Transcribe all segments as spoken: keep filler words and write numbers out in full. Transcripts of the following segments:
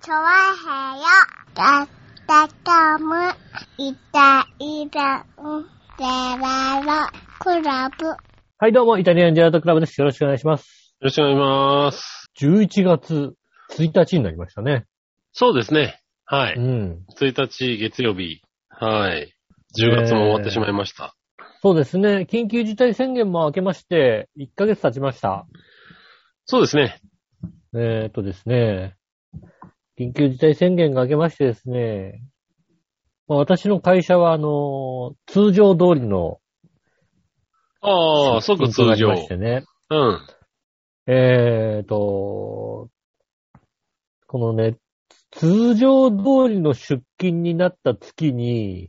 チョワヘヨだったかむいたいらんでららクラブ。 はい、どうも、イタリアンジェラートクラブです。よろしくお願いします。 よろしくお願いします。 じゅういちがつついたちになりましたね。 そうですね。はい。 うん。 ついたち月曜日。はい。じゅうがつも終わってしまいました。 えー、そうですね。緊急事態宣言も明けまして、いっかげつ経ちました。 そうですね。 えーっとですね。緊急事態宣言が明けましてですね。まあ、私の会社は、あの、通常通りの、 ああ、即通常。 ましてね。 うん。 えーっと、このね、通常通りの出勤になった月に、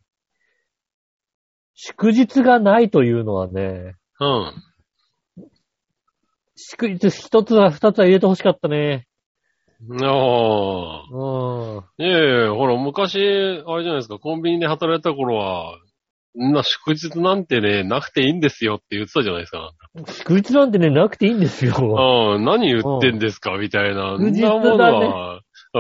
祝日がないというのはね、 うん。 祝日一つは二つは入れてほしかったね。 ああ。 うん。 いやいや、ほら、昔、あれじゃないですか、コンビニで働いた頃は、んな祝日なんてね、なくていいんですよって言ってたじゃないですか。 祝日なんてね、なくていいんですよ。 うん、何言ってんですかみたいな。 祝日だね。 そんなものは、うん。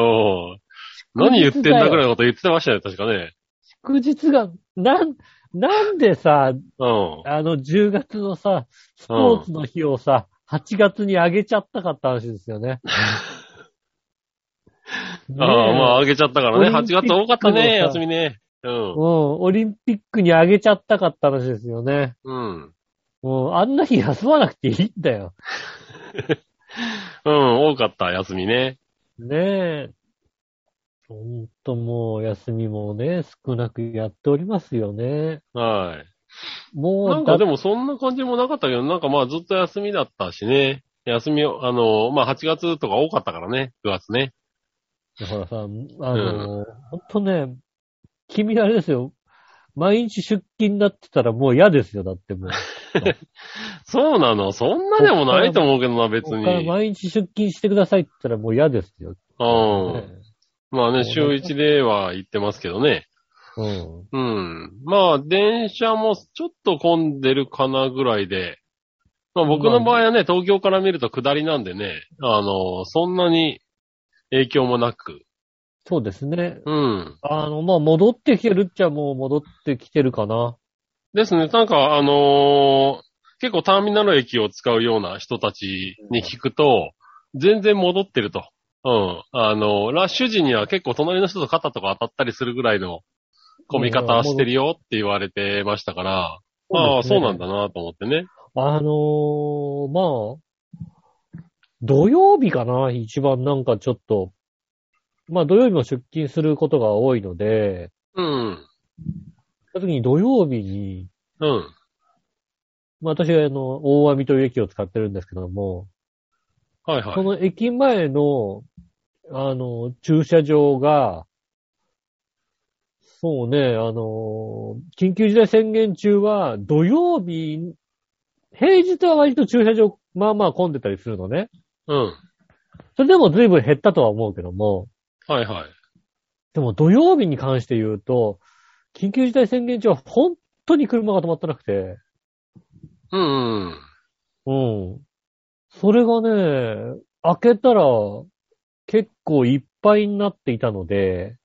何言ってんだぐらいのこと言ってましたね、確かね。 祝日が、なん、なんでさ、 うん。 あのじゅうがつのさ、スポーツの日をさ、はちがつに上げちゃったかった話ですよね。 ねああ、まあ上げちゃったからね。はちがつ多かったね、休みね。うん。うん、 オリンピックに上げちゃったかった話ですよね。 うん。 うん、あんな日休まなくていいんだよ。 うん、多かった、休みね。 ねえ。ほんともう、休みもね、少なくやっておりますよね。 はい。 もう、 なんかでもそんな感じもなかったけど、なんかまあずっと休みだったしね。休みを、あの、まあはちがつとか多かったからね、くがつね。 だからさ、あの、うん、ほんとね、君あれですよ。毎日出勤になってたらもう嫌ですよ、だってもう。 そうなのそんなでもないと思うけどな、別に。 毎日出勤してくださいって言ったらもう嫌ですよ。 うん。まあね、週いちでは行ってますけどね。 うん。 うん。まあ、電車もちょっと混んでるかなぐらいで。まあ僕の場合はね、東京から見ると下りなんでね、あの、そんなに影響もなく。 そうですね。 うん。 あの、まあ、戻ってきてるっちゃもう戻ってきてるかな。 ですね。なんか、あのー、結構ターミナル駅を使うような人たちに聞くと、全然戻ってると。うん。あの、ラッシュ時には結構隣の人と肩とか当たったりするぐらいの混み方してるよって言われてましたから、まあ、そうなんだなと思ってね。 あのー、まあ、土曜日かな、一番なんかちょっと、まあ土曜日も出勤することが多いので、 うん。 その時に土曜日に、 うん。 まあ私はあの、大網という駅を使ってるんですけども、 はいはい。 その駅前の、あの、駐車場が、そうね、あの、緊急事態宣言中は土曜日、平日は割と駐車場、まあまあ混んでたりするのね。 うん。 それでも随分減ったとは思うけども、 はいはい。 でも土曜日に関して言うと、緊急事態宣言中は本当に車が止まってなくて。 うんうん。 うん。それがね、開けたら結構いっぱいになっていたので、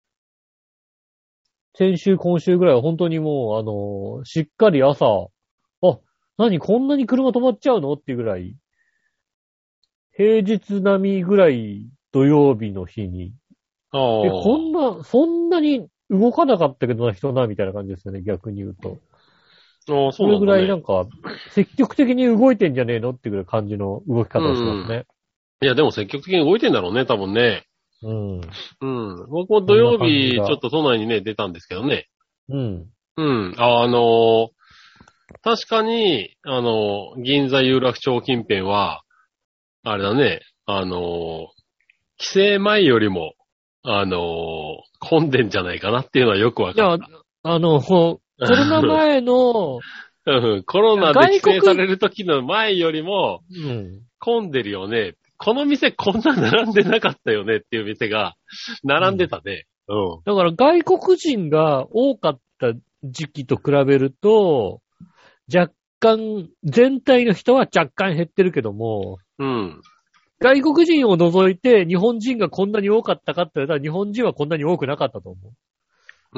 先週今週ぐらいは本当にもう、あの、しっかり朝、あ、何こんなに車止まっちゃうのっていうぐらい、平日並みぐらい土曜日の日に、 あえ、こんな、そんなに動かなかったけどな、人な、みたいな感じですよね、逆に言うと。 あ。ああ、 それぐらいなんね、 か、積極的に動いてんじゃねえのっていうぐらい感じの動き方をしますね。 いや、でも積極的に動いてんだろうね、多分ね。 うん。 うん。僕も土曜日、ちょっと都内にね、出たんですけどね。 うん。 うん。あ、あのー、確かに、あのー、銀座有楽町近辺は、あれだね、あのー、規制前よりも、あのー、混んでんじゃないかなっていうのはよくわかった。 いや、あの、コロナ前の、 うん、コロナで規制される時の前よりも、 うん、 混んでるよね。この店こんな並んでなかったよねっていう店が、並んでたね。うん。 だから外国人が多かった時期と比べると、若干、全体の人は若干減ってるけども、 うん。 外国人を除いて日本人がこんなに多かったかって言ったら日本人はこんなに多くなかったと思うん。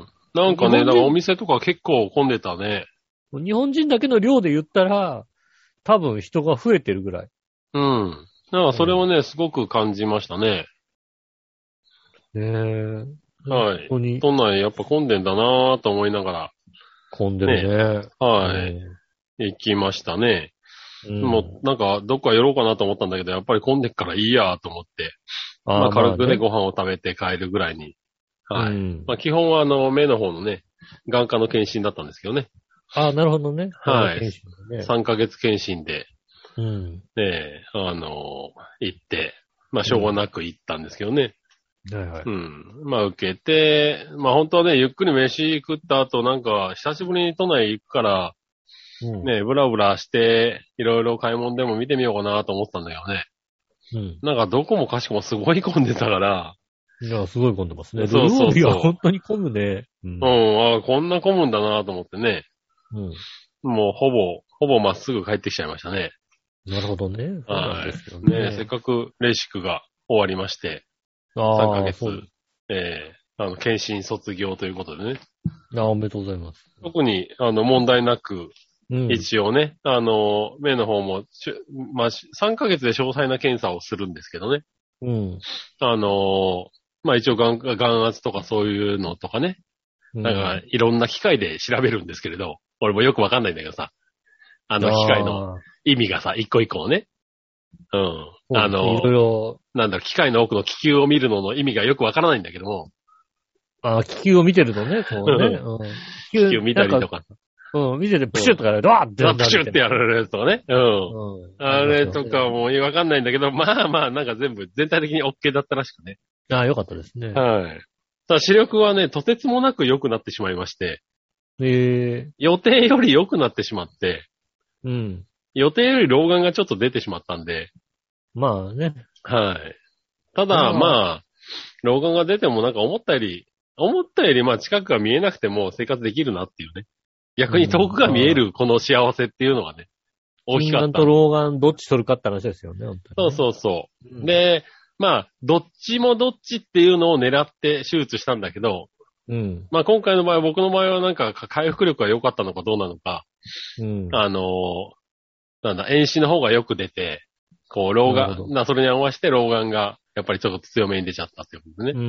なんかね、だからお店とか結構混んでたね。 う。日本人だけの量で言ったら、多分人が増えてるぐらい。 うん。だからそれをね、すごく感じましたね。 ねえ。 はい。 本当に都内やっぱ混んでんだなぁと思いながら、 混んでるね。 はい。行きましたね。 うん、 もうなんかどっか寄ろうかなと思ったんだけど、やっぱり混んでっからいいやと思って、 あまあ軽くね、 ねご飯を食べて帰るぐらいに。はい。 うんまあ基本はあの、目の方のね、眼科の検診だったんですけどね。 ああ、なるほどね。 はい検診ね、 さんかげつ検診で、 うん。 ね、あの、行って、まあしょうがなく行ったんですけどね。 はいはい。 うん。まあ受けて、まあ本当はね、ゆっくり飯食った後なんか久しぶりに都内行くから、 うん、 ね、ブラブラして、いろいろ買い物でも見てみようかなと思ったんだけどね。 うん。 なんかどこもかしこもすごい混んでたから、 いや、すごい混んでますね。 そうそうそう土曜日は本当に混むね。う。 うんん、ああ、こんな混むんだなと思ってね。 うん。 もうほぼ、ほぼまっすぐ帰ってきちゃいましたね。 なるほどね。そうなんはいですよ。ね。 ねせっかくレーシックが終わりまして、 あさんかげつそう、 えー、あの、検診卒業ということでね。 あおめでとうございます。 特に、あの、問題なく、 うん。 一応ね、あの、目の方もしゅ、まあ、さんかげつで詳細な検査をするんですけどね。 うん。 あの、まあ、一応眼、眼圧とかそういうのとかね。なんか、いろんな機械で調べるんですけれど、俺もよくわかんないんだけどさ。あの、機械の意味がさ、一個一個のね。うん。あの、 いろいろ、 なんだろ、機械の奥の気球を見るのの意味がよくわからないんだけども。 あ気球を見てるのね、こうね。うん、 気球見たりとか。 うん、見ててプシュッとか、ドワーってプシュッってやられるやつとかね。うん。 うん、 あれとかもわかんないんだけど、まあまあ、なんか全部全体的に OK だったらしくね。 ああ、よかったですね。 はい。ただ視力はね、とてつもなく良くなってしまいまして。 ええ予定より良くなってしまって。 うん。 予定より老眼がちょっと出てしまったんで。 まあね。 はい。ただ、まあ、老眼が出てもなんか思ったより、思ったよりまあ近くが見えなくても生活できるなっていうね。逆に遠くが見えるこの幸せっていうのがね、大きかった。 近眼と老眼どっち取るかって話ですよね、本当にね。 そうそうそう。 うん、 で、まあ、どっちもどっちっていうのを狙って手術したんだけど、 うん。 まあ今回の場合、僕の場合はなんか回復力が良かったのかどうなのか、 うん。 あの、なんだ、遠視の方がよく出て、こう、老眼、な、それに合わせて老眼がやっぱりちょっと強めに出ちゃったっていうことでね。 うん。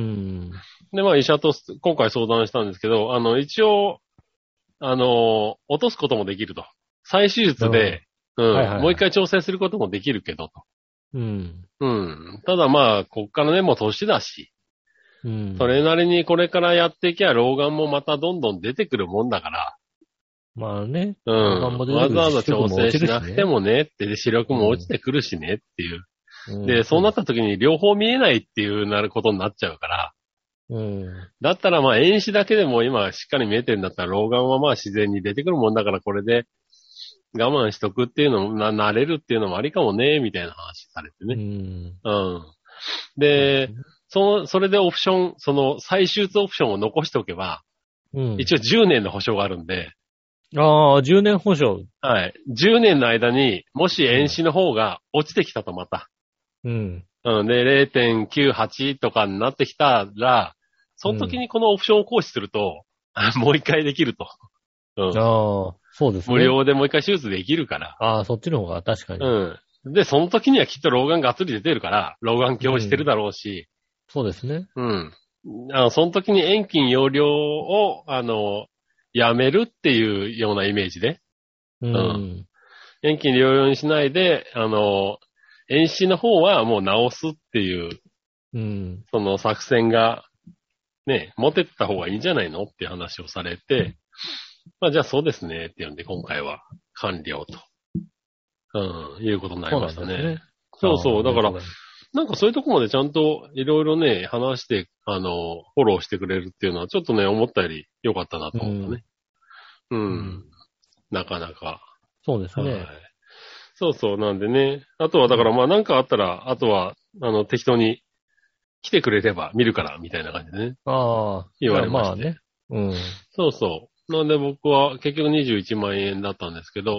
で、まあ医者と今回相談したんですけど、あの、一応、あの、落とすこともできると。再手術で、うん、はいはいはい、もう一回調整することもできるけどと。 うん。 うん。ただまあ、こっからね、もう年だし、 うん。 それなりにこれからやっていけば老眼もまたどんどん出てくるもんだから。 まあね。 うん。わざわざ調整しなくてもねって、視力も落ちてくるしねっていう。うん、で、そうなった時に両方見えないっていうなることになっちゃうから。 うん。 だったらまあ遠視だけでも今しっかり見えてるんだったら老眼はまあ自然に出てくるもんだからこれで我慢しとくっていうのも、な、慣れるっていうのもありかもね、みたいな話されてね。うん。うん。で、その、それでオプション、その再手術オプションを残しておけば、うん、一応じゅうねんの保証があるんで。 ああ、じゅうねん保証。 はい。じゅうねんの間に、もし遠視の方が落ちてきたとまた。 うん。 うん。で、れいてんきゅうはち とかになってきたら、その時にこのオプションを行使すると、うん、もう一回できると。 うん。ああ、そうですね。 無料でもう一回手術できるから。 ああ、そっちの方が確かに。 うん。で、その時にはきっと老眼がっつり出てるから、老眼鏡してるだろうし。 うん、そうですね。 うん。あの、その時に遠近容量を、あの、やめるっていうようなイメージで。 うん。うん、 遠近療養にしないで、あの、遠視の方はもう直すっていう、 うん。 その作戦が、ね、持てった方がいいんじゃないのっていう話をされて、まあじゃあそうですねっていうんで今回は完了と、うん、いうことになりましたね。そうね。そうそう。だから、なんかそういうとこまでちゃんといろいろね、話して、あの、フォローしてくれるっていうのはちょっとね、思ったより良かったなと思ったね。うん。うん、なかなか。 そうですね、 はい。そうそう。なんでね。あとはだからまあなんかあったら、あとは、あの、適当に来てくれれば見るから、みたいな感じでね。 ああ。 言われまして。まあね。うん。 そうそう。なんで僕は結局にじゅういちまんえんだったんですけど、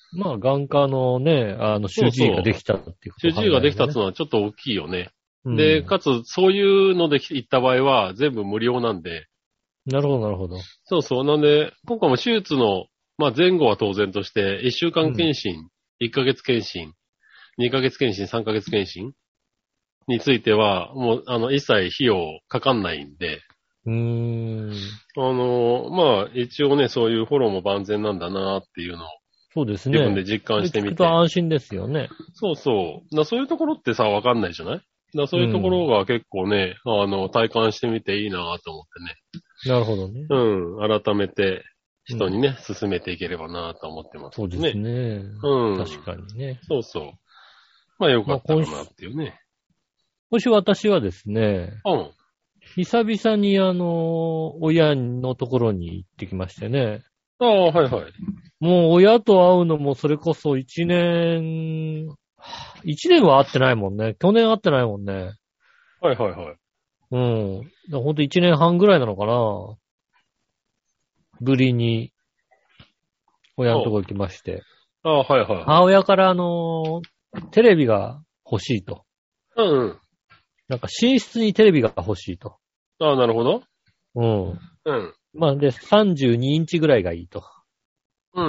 まあ、眼科のね、あの、主治医ができたっていうこと、 主治医ができたっていうのはちょっと大きいよね。 うん、 で、かつ、そういうので行った場合は全部無料なんで。 なるほど、なるほど。 そうそう。なんで、今回も手術の、まあ前後は当然として、いっしゅうかん検診、うん、いっかげつ検診、にかげつ検診、さんかげつ検診については、もう、あの、一切費用かかんないんで。 うーん。 あの、まあ、一応ね、そういうフォローも万全なんだなっていうのを。 そうですね。 自分で実感してみて。 聞くと安心ですよね。 そうそう。だそういうところってさ、わかんないじゃない？だそういうところが結構ね、うん、あの、体感してみていいなと思ってね。 なるほどね。 うん。改めて人にね、うん、進めていければなと思ってます、 ね。そうですね。うん。確かにね。 そうそう。まあよかったかなっていうね。 もし私はですね、 うん。 久々にあの、親のところに行ってきましてね。 ああ、はいはい。 もう親と会うのもそれこそ一年、一年は会ってないもんね。去年会ってないもんね。 はいはいはい。 うん。ほんと一年半ぐらいなのかな。ぶりに、親のとこ行きまして。 ああ、はいはい。 母親からあの、テレビが欲しいと。 うんうん。 なんか寝室にテレビが欲しいと。 ああ、なるほど。 うん。 うん。 まあで、さんじゅうにインチぐらいがいいと。 うん。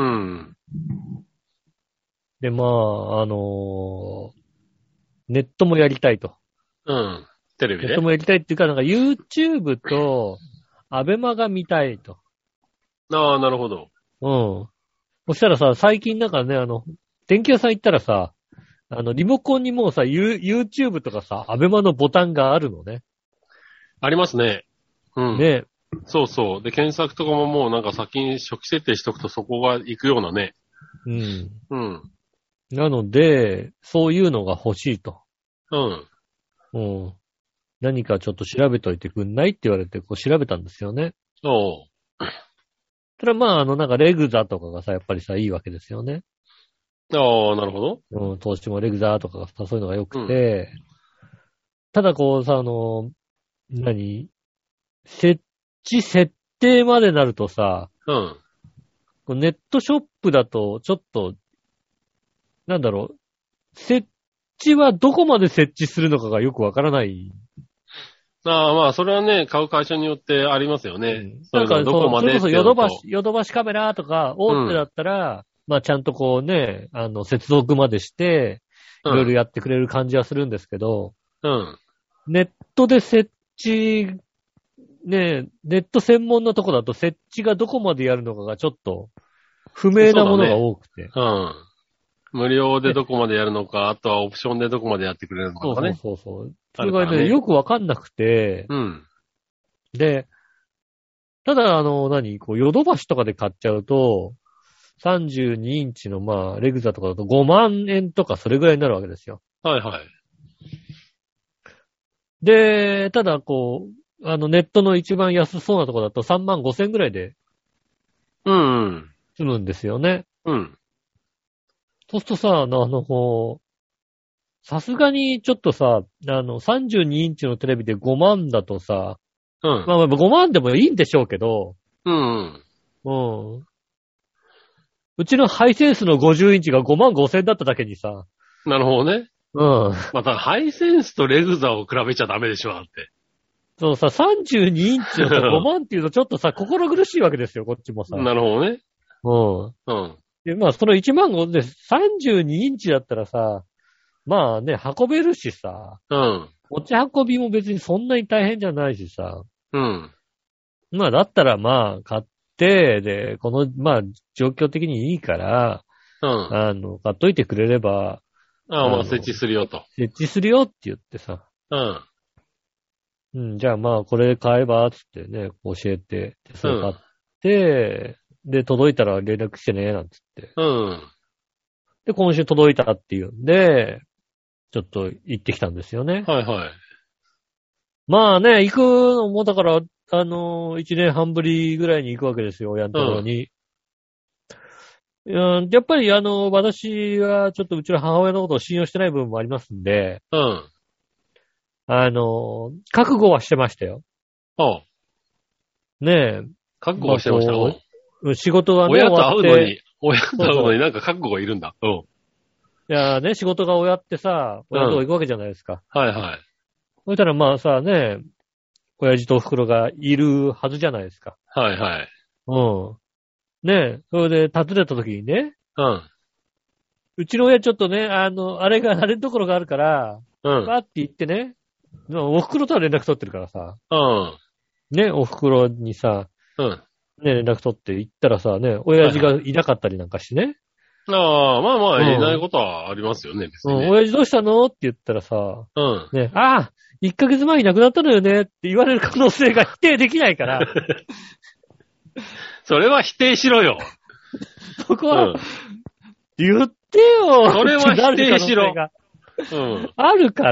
で、まあ、あのー、ネットもやりたいと。 うん。テレビでネットもやりたいっていうか、なんか YouTube とアベマが見たいと。 ああ、なるほど。 うん。そしたらさ、最近なんかね、あの、電気屋さん行ったらさ、あの、リモコンにもうさ、YouTube とかさ、アベマのボタンがあるのね。 ありますね。うん。 ね。 そうそう。で、検索とかももうなんか先に初期設定しとくとそこが行くようなね。 うん。 うん。 なので、そういうのが欲しいと。 うん。 うん。何かちょっと調べといてくんないって言われて、こう調べたんですよね。 おう。 ただまあ、あの、なんかレグザとかがさ、やっぱりさ、いいわけですよね。 ああ、なるほど。 うん、投資もレグザとかがさ、そういうのが良くて、うん、ただこうさ、あの、何設置、設定までなるとさ、 うん。 ネットショップだと、ちょっと、なんだろう、設置はどこまで設置するのかがよくわからない。 ああ、まあ、それはね、買う会社によってありますよね。うん、 なんか、どこまでそれこそヨドバシ、ヨドバシカメラとか、大手だったら、うん、まあ、ちゃんとこうね、あの、接続までして、いろいろやってくれる感じはするんですけど、 うん。 ネットで設置、ね、ネット専門のとこだと設置がどこまでやるのかがちょっと不明なものが多くて。 う, ね、うん。無料でどこまでやるのか、あとはオプションでどこまでやってくれるのかね。 そうそうそうそう。それがね、よくわかんなくて、 うん。 で、ただあの、何こう、ヨドバシとかで買っちゃうと、さんじゅうにインチのまあ、レグザとかだとごまんえんとかそれぐらいになるわけですよ。 はいはい。 で、ただこう、あの、ネットの一番安そうなとこだとさんまんごせんぐらいで、 うん、うん。 済むんですよね。 うん。 そうするとさ、あの、あのこう、さすがにちょっとさ、あの、さんじゅうにインチのテレビでごまんだとさ、 うん。 まあごまんでもいいんでしょうけど、 うん。 うん。うちのハイセンスのごじゅうインチがごまんごせんだっただけにさ。 なるほどね。 うん。 また、ハイセンスとレグザを比べちゃダメでしょ、だって。 そうさ、さんじゅうにインチのさごまんっていうとちょっとさ、心苦しいわけですよ、こっちもさ。 なるほどね。 うん。 うん。 で、まあ、そのいちまんごでさんじゅうにインチだったらさ、まあね、運べるしさ。 うん。 持ち運びも別にそんなに大変じゃないしさ。 うん。 まあ、だったらまあ、買って、で、この、まあ、状況的にいいから、 うん。 あの、買っといてくれれば、 ああ、まあ、設置するよと。 設置するよって言ってさ。 うん。 うん、じゃあまあ、これ買えば、つってね、教えて、それ買って、うん、で、届いたら連絡してね、なんつって。 うん。 で、今週届いたっていうんで、ちょっと行ってきたんですよね。 はいはい。 まあね、行くのもだから、あの、一年半ぶりぐらいに行くわけですよ、親のところに。うん、やっぱりあの、私はちょっとうちの母親のことを信用してない部分もありますんで、 うん。 あの、覚悟はしてましたよ。 ああ。 ねえ。 覚悟はしてましたよ。 まあ、仕事はね、 親と会うのに、 親になるのになんか覚悟がいるんだ。うん。 いやね、仕事が親ってさ、親のとこ行くわけじゃないですか。 うん、はいはい。 そしたらまあさ、ね、親父とお袋がいるはずじゃないですか。 はいはい。 うん。ね、それで訪ねた時にね、 うん。 うちの親ちょっとね、あの、あれが、あれのところがあるから、 うん。 バーって言ってね、お袋とは連絡取ってるからさ、 うん。 ね、お袋にさ、 うん。 ね、連絡取って行ったらさ、ね、親父がいなかったりなんかしてね。 ああ、まあまあ、 うんいないことはありますよね、別にね。 うん、親父どうしたのって言ったらさ、 うん。 ね、ああ、いっかげつまえに亡くなったのよねって言われる可能性が否定できないから、 それは否定しろよ。 そこは、うん、言ってよ。 それは否定しろ。 うん。あるから。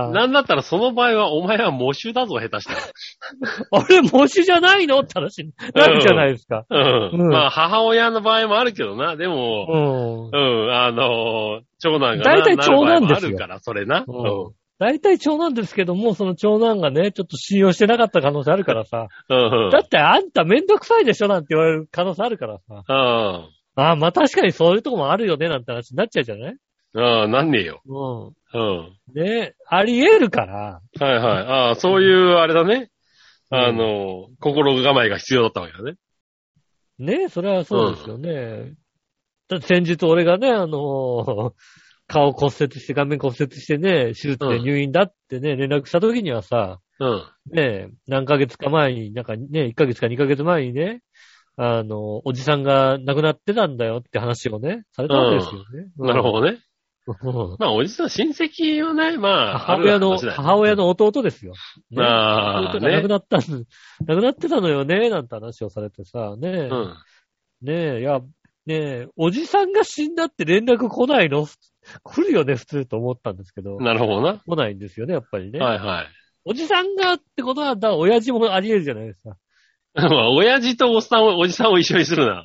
なんだったらその場合はお前は喪主だぞ、下手したら。 あれ、喪主じゃないのって話になるじゃないですか。 うん。うん、まあ、母親の場合もあるけどな。でも、うん。うん。あの、長男がな。 大体長男ですよ。 あるから、それな。うん。 大体長男ですけども、その長男がね、ちょっと信用してなかった可能性あるからさ。うん。だってあんためんどくさいでしょなんて言われる可能性あるからさ。うん。ああ、まあ確かにそういうとこもあるよねなんて話になっちゃうじゃない？ ああ、なんねえよ。 うん。 うん。 ねあり得るから。 はいはい。ああ、そういう、あれだね。あの、うん、心構えが必要だったわけだね。 ねそれはそうですよね。うん、だって先日俺がね、あのー、顔骨折して、顔面骨折してね、手術で入院だってね、うん、連絡した時にはさ、うん。ね何ヶ月か前に、なんかね、いっかげつかにかげつまえにね、あの、おじさんが亡くなってたんだよって話をね、されたわけですよね。 うん、なるほどね。まあ、おじさん、親戚はね、まあ、 母親の、母親の弟ですよ。 ね、ああ、 弟が亡くなった、ね、亡くなってたのよね、なんて話をされてさ、ねえ。うん、ねえ、いや、ねえ、おじさんが死んだって連絡来ないの？来るよね、普通と思ったんですけど。 なるほどな。 来ないんですよね、やっぱりね。 はいはい。 おじさんがってことは、だ親父もあり得るじゃないですか。 まあ、親父とおっさんを、おじさんを一緒にするな。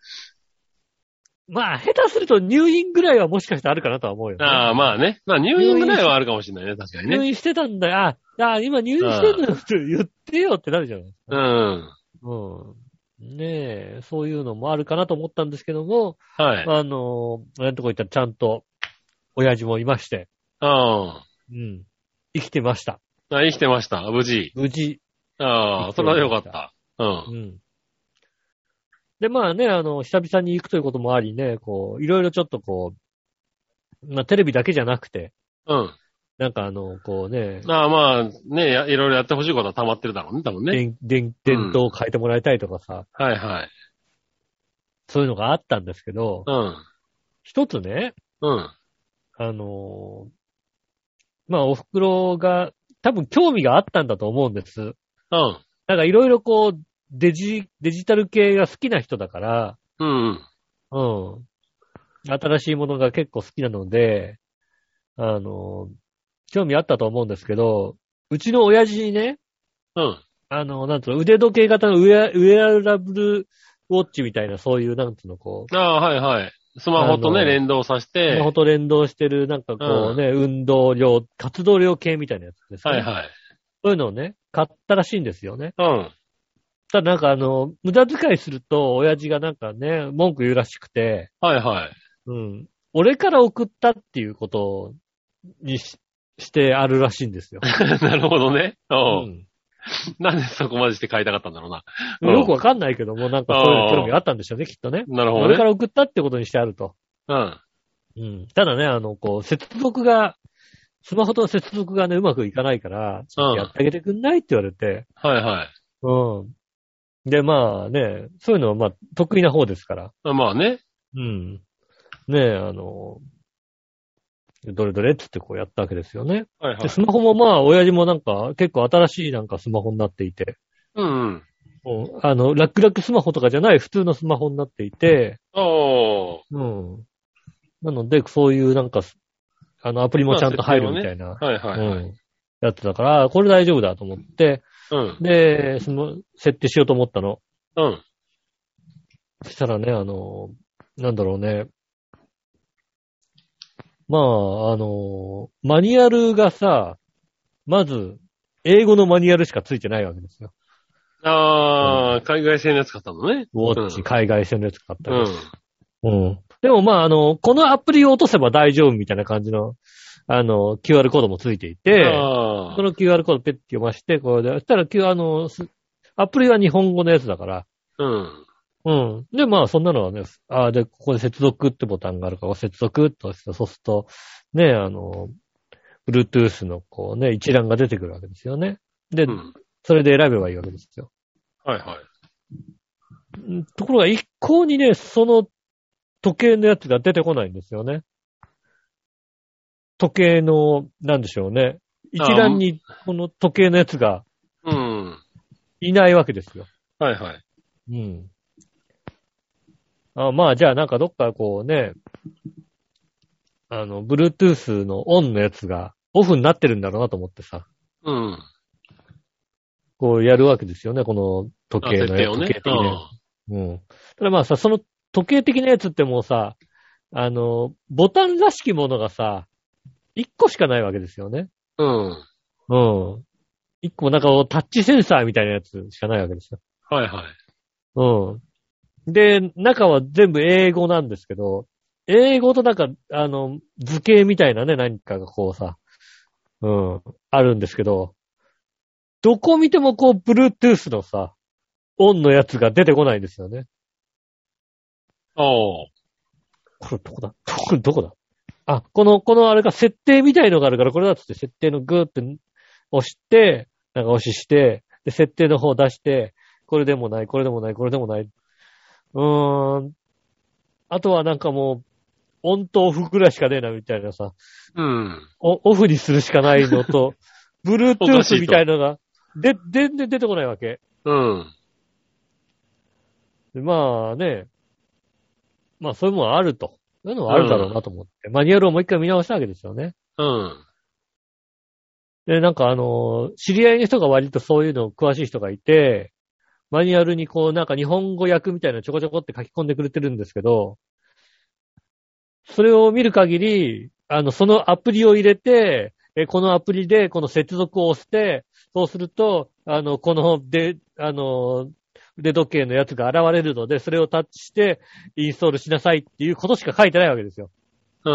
まあ、下手すると入院ぐらいはもしかしてあるかなとは思うよね。 ああ、まあね。まあ入院ぐらいはあるかもしれないね、確かにね。 入院してたんだよ。ああ、今入院してるのって言ってよってなるじゃないですか。うん。うん。ねえ、そういうのもあるかなと思ったんですけども、はい。あの、なんとこ言ったらちゃんと、親父もいまして。ああ。うん。生きてました。 あ、生きてました。無事。 無事。 ああ、それはよかった。うん。うん。 で、まあね、あの、久々に行くということもありね、こう、いろいろちょっとこう、まあテレビだけじゃなくて、うん。なんかあの、こうね。 ああまあ、ね、いろいろやってほしいことは溜まってるだろうね、多分ね。 電、電、電灯を変えてもらいたいとかさ、 うん。はいはい。 そういうのがあったんですけど、うん。一つね、 うん。 あの、まあお袋が多分興味があったんだと思うんです。うん。なんかいろいろこう、デジ、デジタル系が好きな人だから、うん、うん。うん。新しいものが結構好きなので、あの、興味あったと思うんですけど、うちの親父にね、うん。あの、なんつうの、腕時計型のウェア、ウェアラブルウォッチみたいな、そういう、なんつうの、こう。 ああ、はいはい。スマホとね、連動させて。 スマホと連動してる、なんかこうね、うん、運動量、活動量系みたいなやつですね。はいはい。そういうのをね、買ったらしいんですよね。うん。ただなんかあの、無駄遣いすると、親父がなんかね、文句言うらしくて。 はいはい。 うん。俺から送ったっていうことに し, してあるらしいんですよ。 なるほどね。うん。なんでそこまでして買いたかったんだろうな。 よくわかんないけども、なんかそういう興味があったんでしょうね、きっとね。 なるほどね。 俺から送ったってことにしてあると。 うん。 うん。ただね、あの、こう、接続が、スマホと接続がね、うまくいかないから、ちょっとやってあげてくんないって言われて。 はいはい。 うん。で、まあね、そういうのはまあ得意な方ですから。 まあね。 うん。ねえ、あの、どれどれってってこうやったわけですよね。はいはい。で、スマホもまあ、親父もなんか結構新しいなんかスマホになっていて。 うんうん。 あの、ラックラックスマホとかじゃない普通のスマホになっていて。 ああ。 うん。なので、そういうなんか、あの、アプリもちゃんと入るみたいな。 まあね、はいはいはい。 うん。やつだから、これ大丈夫だと思って。うん。で、その、設定しようと思ったの。うん。そしたらね、あの、なんだろうね。まあ、あの、マニュアルがさ、まず、英語のマニュアルしかついてないわけですよ。 ああ、うん、海外製のやつ買ったのね。 ウォッチ、うん、海外製のやつ買ったり。 うん。でもまあ、あの、このアプリを落とせば大丈夫みたいな感じの、あの、キューアール コードもついていて、 あこの キューアール コードペッて読まして、これで、そしたら、あの、アプリは日本語のやつだから、 うん。 うん。で、まあ、そんなのはね、あで、ここで接続ってボタンがあるから、接続として、そうすると、ね、あの、Bluetooth のこうね、一覧が出てくるわけですよね。で、 うん、 それで選べばいいわけですよ。 はいはい。 ところが一向にね、その時計のやつが出てこないんですよね。時計の、なんでしょうね。一覧にこの時計のやつがうん。 いないわけですよ。 はいはい。 うん。あまあ、じゃあなんかどっかこうね、あの、Bluetooth のオンのやつがオフになってるんだろうなと思ってさ。 うん。 こうやるわけですよね、この時計のやつ。 設定をね。 時計的なやつ。うん。ただまあさ、その時計的なやつってもうさ、あの、ボタンらしきものがさ、一個しかないわけですよね。 うん。 うん。一個なんかタッチセンサーみたいなやつしかないわけですよ。 はいはい。 うん。で、中は全部英語なんですけど、英語となんか、あの、図形みたいなね、何かがこうさ、うん、あるんですけど、どこ見てもこう、Bluetooth のさ、オンのやつが出てこないんですよね。 おー。 これどこだこれどこだあ、この、このあれが設定みたいのがあるから、これだっつって設定のグーって押して、なんか押しして、で、設定の方出して、これでもない、これでもない、これでもない。うーん。あとはなんかもう、オンとオフぐらいしかねえな、みたいなさ。 うん。 オフにするしかないのと、Bluetooth みたいなのが、で、全然出てこないわけ。 うん。 まあね、まあそういうものがあると。そういうのはあるだろうなと思って、うん、マニュアルをもう一回見直したわけですよね。 うん。 で、なんかあの、知り合いの人が割とそういうの詳しい人がいて、マニュアルにこうなんか日本語訳みたいなのちょこちょこって書き込んでくれてるんですけど、それを見る限り、あの、そのアプリを入れて、え、このアプリでこの接続を押して、そうすると、あの、この、で、あの、腕時計のやつが現れるので、それをタッチしてインストールしなさいっていうことしか書いてないわけですよ。 うん。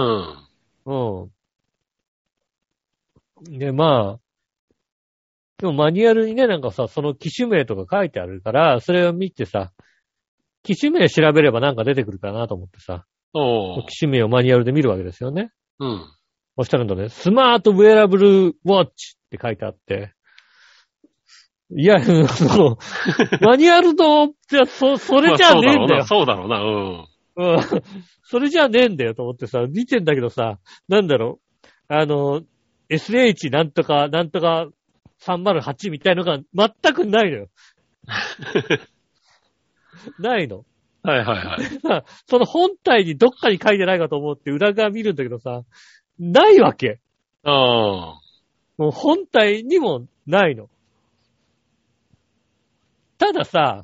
うん。で、まあ、でもマニュアルにね、なんかさ、その機種名とか書いてあるから、それを見てさ、機種名調べればなんか出てくるかなと思ってさ、 おー。 機種名をマニュアルで見るわけですよね。 うん。 そしたらね、スマートウェアラブルウォッチって書いてあって、いや、その、マニュアルの、じゃ、そ、それじゃねえんだよ。 そうだろうな、そうだろうな。うん。うん。それじゃねえんだよと思ってさ、見てんだけどさ、なんだろう。あの、エスエイチ なんとか、なんとかさんまるはちみたいのが全くないのよ。ないの。 はいはいはい。 その本体にどっかに書いてないかと思って裏側見るんだけどさ、ないわけ。 ああ。 もう本体にもないの。たださ、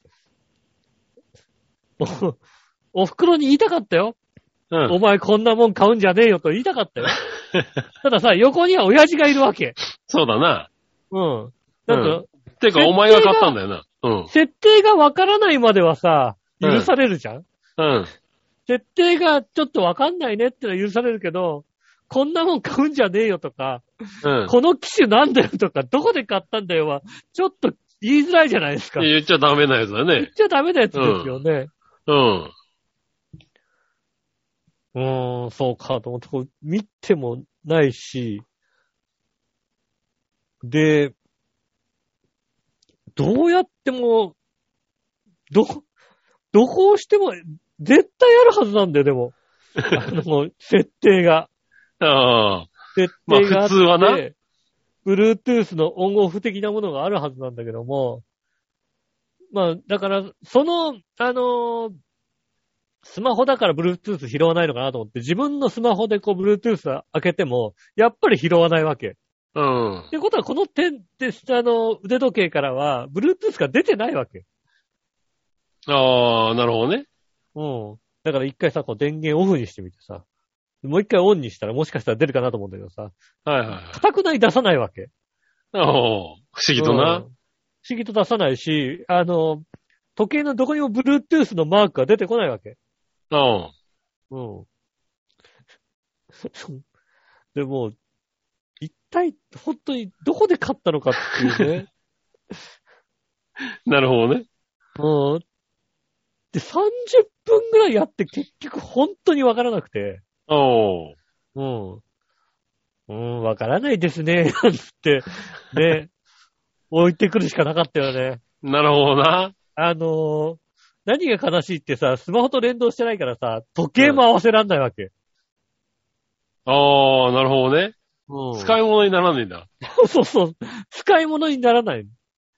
お、お袋に言いたかったよ。うん、お前こんなもん買うんじゃねえよと言いたかったよ。たださ、横には親父がいるわけ。 そうだな。 うん。だから、うん、 てかお前が買ったんだよな。うん。 設定がわからないまではさ、許されるじゃん、 うん、うん。 設定がちょっとわかんないねってのは許されるけど、こんなもん買うんじゃねえよとか、うん、この機種なんだよとか、どこで買ったんだよは、ちょっと言いづらいじゃないですか。 言っちゃダメなやつだね。 言っちゃダメなやつですよね。 うん。 うん、うーん、そうかと思って、こう見てもないし、で、どうやっても、ど、どこをしても、絶対あるはずなんだよ、でも。あの、設定が。 ああ。 設定があって、まあ、 普通はな。 Bluetooth のオンオフ的なものがあるはずなんだけども、まあ、だから、その、あのー、スマホだから Bluetooth 拾わないのかなと思って、自分のスマホでこう Bluetooth 開けても、やっぱり拾わないわけ。 うん。 ってことは、この点で、あの、腕時計からは、Bluetooth が出てないわけ。 ああ、なるほどね。 うん。だから一回さ、こう電源オフにしてみてさ、もう一回オンにしたらもしかしたら出るかなと思うんだけどさ、 はいはいはい。 固くない出さないわけ。 ああ、不思議とな、うん。不思議と出さないし、あの、時計のどこにも Bluetooth のマークが出てこないわけ。 うん。 うん。でも、一体、本当にどこで買ったのかっていうね。 なるほどね。 うん。で、さんじゅっぷんぐらいやって結局本当にわからなくて。 おー。 うん。うん、わからないですね。なんつって、ね、置いてくるしかなかったよね。 なるほどな。 あのー、何が悲しいってさ、スマホと連動してないからさ、時計も合わせらんないわけ。 あー、なるほどね。 うん。 使い物にならねえんだ。 そうそう。使い物にならない。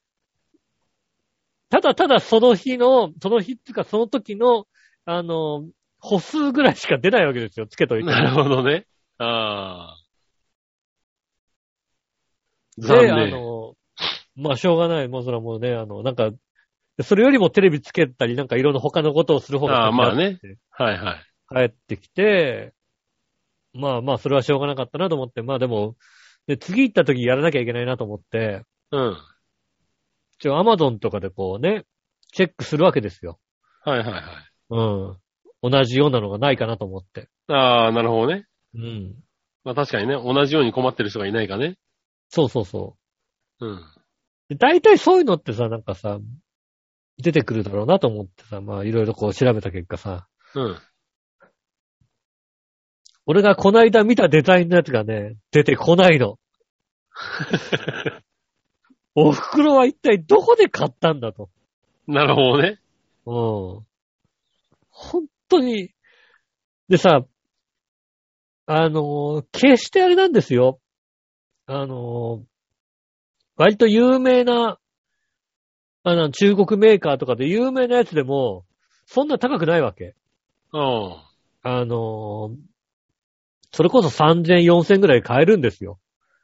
ただただその日の、その日っていうかその時の、あの、歩数ぐらいしか出ないわけですよ。つけといて。 なるほどね。あー。 で、 残念。 あの、まあ、しょうがない。もうそれはもうね、あの、なんか、それよりもテレビつけたり、なんかいろんな他のことをする方があー、まあね。 先だってはいはい。 帰ってきて、まあまあ、それはしょうがなかったなと思って、まあでも、で、次行った時やらなきゃいけないなと思って、 うん。 一応アマゾンとかでこうね、チェックするわけですよ。 はいはいはい。 うん。同じようなのがないかなと思って。 あー、なるほどね。 うん。 まあ確かにね、同じように困ってる人がいないかね。 そうそうそうん。 う。で大体そういうのってさ、なんかさ、出てくるだろうなと思ってさ、まあいろいろこう調べた結果さ、 うん。 俺がこないだ見たデザインのやつがね、出てこないの。お袋は一体どこで買ったんだと。 なるほどね。 うん。本当に。でさ、あのー決してあれなんですよ。あのー割と有名な、あの、中国メーカーとかで有名なやつでも、そんな高くないわけ。 うん。 あのーそれこそさんぜん、よんせんぐらい買えるんですよ。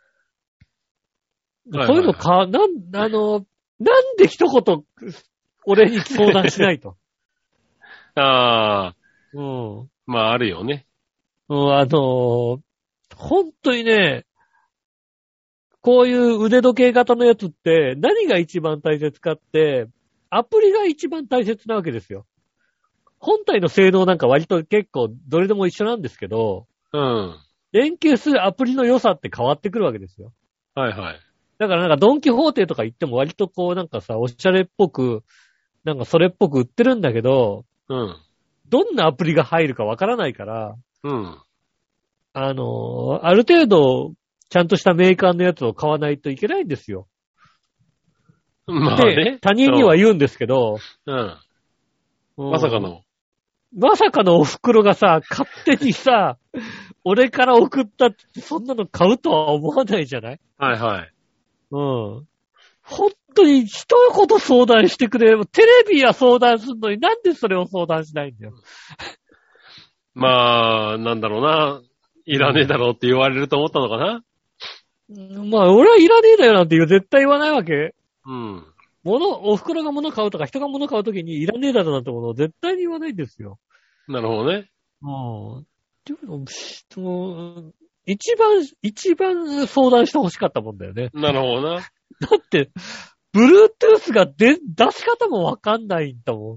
はいはいはいそういうのか、なん、あのーなんで一言、俺に相談しないと。 ああ、 うん。 まああるよね。 うん、あのー本当にね、こういう腕時計型のやつって何が一番大切かって、アプリが一番大切なわけですよ。本体の性能なんか割と結構どれでも一緒なんですけど、 うん。 連携するアプリの良さって変わってくるわけですよ。 はいはい。 だからなんかドンキホーテとか行っても割とこうなんかさ、おしゃれっぽく、なんかそれっぽく売ってるんだけど、 うん。 どんなアプリが入るかわからないから、 うん。 あのーある程度、ちゃんとしたメーカーのやつを買わないといけないんですよ。 まあで、 ね。 他人には言うんですけど、 うん。 うんまさかの。 まさかのお袋がさ、勝手にさ、俺から送ったって、そんなの買うとは思わないじゃない？ はいはい。 うん。本当に一言相談してくれれば、テレビは相談するのになんでそれを相談しないんだよ。 まあ、なんだろうな。いらねえだろうって言われると思ったのかな。 うんまあ、俺はいらねえだよなんて言う絶対言わないわけ。 うん。 物、お袋が物買うとか人が物買うときにいらねえだろなんてものを絶対に言わないんですよ。 なるほどね。 うん。でも、もう一番、一番相談して欲しかったもんだよね。 なるほどな。 だって、Bluetooth が出、出し方もわかんないんだも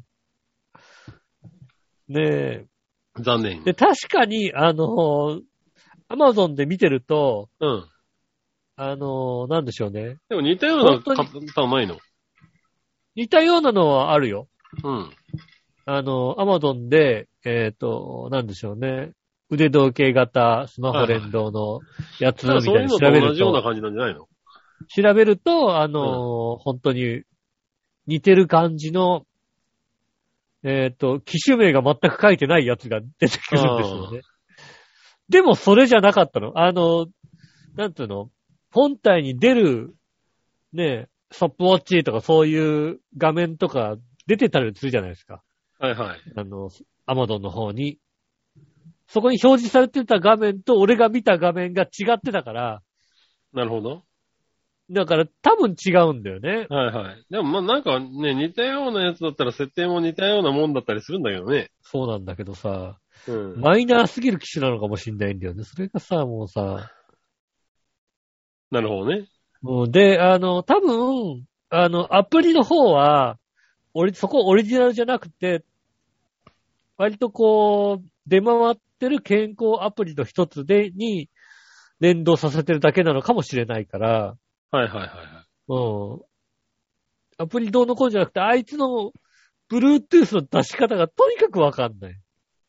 ん。ねえ。 残念。 で、確かに、あの、Amazon で見てると、 うん。 あの、なんでしょうね。 でも似たような本当に方はないの？ 似たようなのはあるよ。 うん。 あの、Amazon で、えっと、なんでしょうね。腕時計型スマホ連動のやつみたそういうのといに調べる同じようなと、 感じなんじゃないの？ 調べると、あの、本当に似てる感じの、えっと、機種名が全く書いてないやつが出てくるんですよね。でもそれじゃなかったの。あの、なんていうの？本体に出る、ね、ストップウォッチとかそういう画面とか出てたりするじゃないですか。 はいはい。 あの、アマゾンの方に。そこに表示されてた画面と俺が見た画面が違ってたから、 なるほど。 だから多分違うんだよね。 はいはい。でもまあなんかね、似たようなやつだったら設定も似たようなもんだったりするんだけどね。 そうなんだけどさ、 うん。 マイナーすぎる機種なのかもしんないんだよね。それがさ、もうさ、 なるほどね。 もうで、あの、多分、あの、アプリの方は、俺、そこオリジナルじゃなくて、 割とこう、出回ってる健康アプリの一つで、に連動させてるだけなのかもしれないから、 はいはいはいはい。 うん。アプリどうのこうじゃなくて、あいつの Bluetooth の出し方がとにかくわかんない。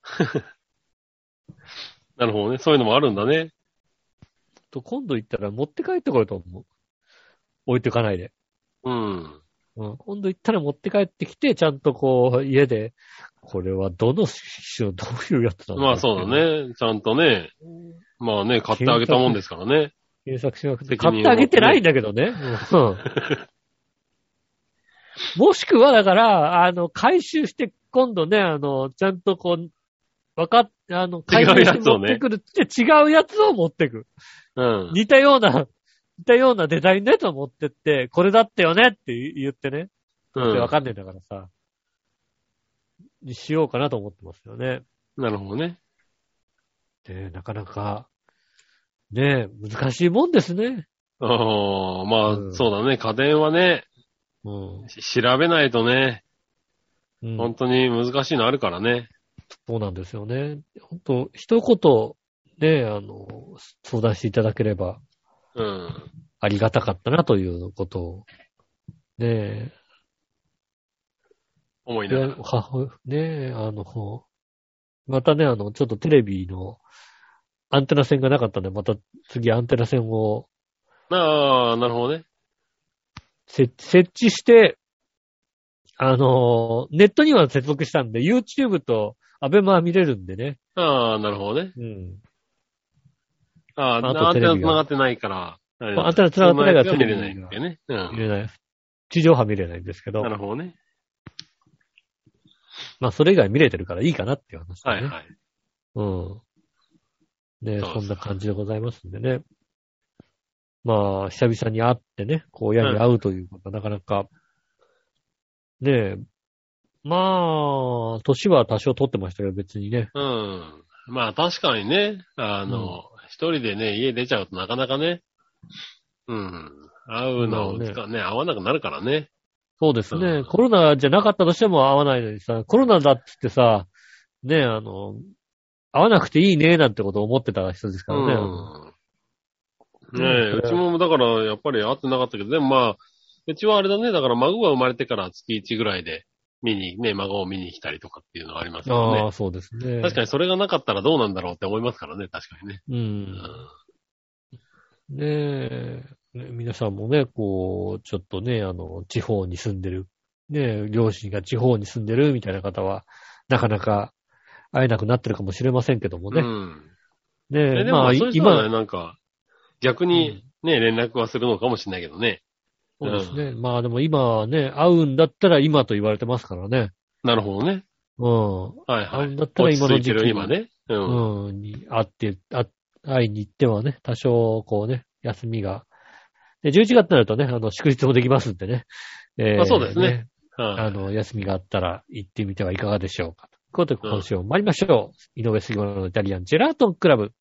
なるほどね。そういうのもあるんだね。 と今度行ったら持って帰ってこようと思う。置いてかないで。 うん。 うん、今度行ったら持って帰ってきて、ちゃんとこう、家で、これはどの機種のどういうやつなんだまあそうだね。ちゃんとね。まあね、買ってあげたもんですからね。 検索しなくて。 責任を持って買ってあげてないんだけどね。うん、もしくは、だから、あの、回収して、今度ね、あの、ちゃんとこう、わかっ、あの、回収して持ってくるって違うやつを持ってく。 うん。 似たような、似たようなデザインのやつを持ってって、これだったよねって言ってね。 うん。 わかんないんだからさ。にしようかなと思ってますよね。 なるほどね。 ねえ、なかなか、ねえ、難しいもんですね。 ああ、まあ、うん、そうだね。家電はね、うん、調べないとね、うん、本当に難しいのあるからね。 そうなんですよね。本当、一言、ね、あの、相談していただければ、うん。ありがたかったなということを、ねえ。 思いながら。 ねえ、あの、またね、あの、ちょっとテレビのアンテナ線がなかったんで、また次アンテナ線を。 ああ、なるほどね。 設置して、あの、ネットには接続したんで、YouTube とアベマは見れるんでね。 ああ、なるほどね。うん。ああ、 あアンテナ繋がってないから。 アンテナ繋がってないからテレビ見れないんだよね。うん。 見れない。地上波見れないんですけど。 なるほどね。 まあ、それ以外見れてるからいいかなっていう話、ね。 はいはい。 うん。ね、そんな感じでございますんでね。まあ、久々に会ってね、こう親に会うということはなかなか、ねえ、まあ、年は多少取ってましたけど、別にね。 うん。まあ確かにね、あの、一、うん、人でね、家出ちゃうとなかなかね、うん。会うのを、ね、ね、会わなくなるからね。 そうですね、うん。コロナじゃなかったとしても会わないのにさ、コロナだっつってさ、ね、あの、会わなくていいね、なんてことを思ってた人ですからね。 うん、ねえ、うちもだからやっぱり会ってなかったけど、でもまあ、うちはあれだね、だから孫が生まれてから月いちぐらいで、見に、ね、孫を見に来たりとかっていうのがありますからね。 ああ、そうですね。 確かにそれがなかったらどうなんだろうって思いますからね、確かにね。 うん。うん、ねえ、ね、皆さんもね、こう、ちょっとね、あの、地方に住んでる、ね、両親が地方に住んでるみたいな方は、なかなか会えなくなってるかもしれませんけどもね。うん。ねえ、でもまあ、そういう人はね、なんか、逆にね、うん、連絡はするのかもしれないけどね。 そうですね。うん、まあでも今はね、会うんだったら今と言われてますからね。 なるほどね。 うん。 はいはい。 会うんだったら今の時期今ね。 うん。うん。に会って、会いに行ってはね、多少こうね、休みが。で、じゅういちがつになるとね、あの、祝日もできますんでね。 えー、あ、そうですね。ね、 はい、あの、休みがあったら行ってみてはいかがでしょうか。ということで今週も参りましょう。うん、井上杉村のイタリアンジェラートンクラブ。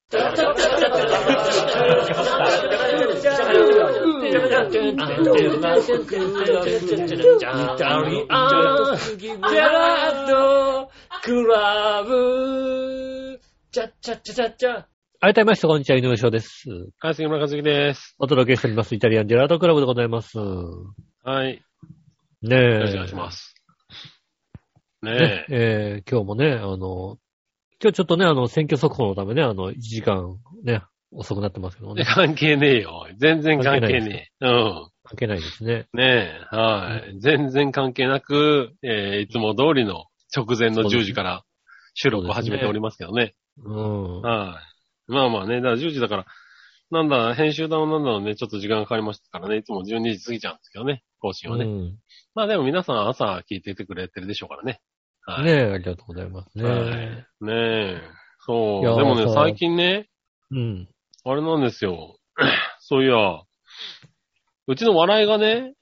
改めましてこんにちは、井上翔です。 はい、杉村和樹です。 お届けしておりますイタリアンジェラートクラブでございます。 はい。 ねえ。よろしくお願いします。ねえ。 ねえー、今日もね、あの、今日ちょっとね、あの、選挙速報のためね、あの、いちじかんね、遅くなってますけどね。 関係ねえよ。全然関係ねえ。うん。 関係ないですね。 ねえ、はい、うん。全然関係なく、えー、いつも通りの直前のじゅうじから収録を始めておりますけどね。 うん。 はい。まあまあね、だからじゅうじだから、なんだ、編集だのなんだのね、ちょっと時間がかかりましたからね、いつもじゅうにじ過ぎちゃうんですけどね、更新はね。うん、まあでも皆さん朝聞いててくれてるでしょうからね。 はい、ねえ、ありがとうございますね。はい、 ねえ。そう。でもね、最近ね、 うん。 あれなんですよ。そういや、うちの笑いがね、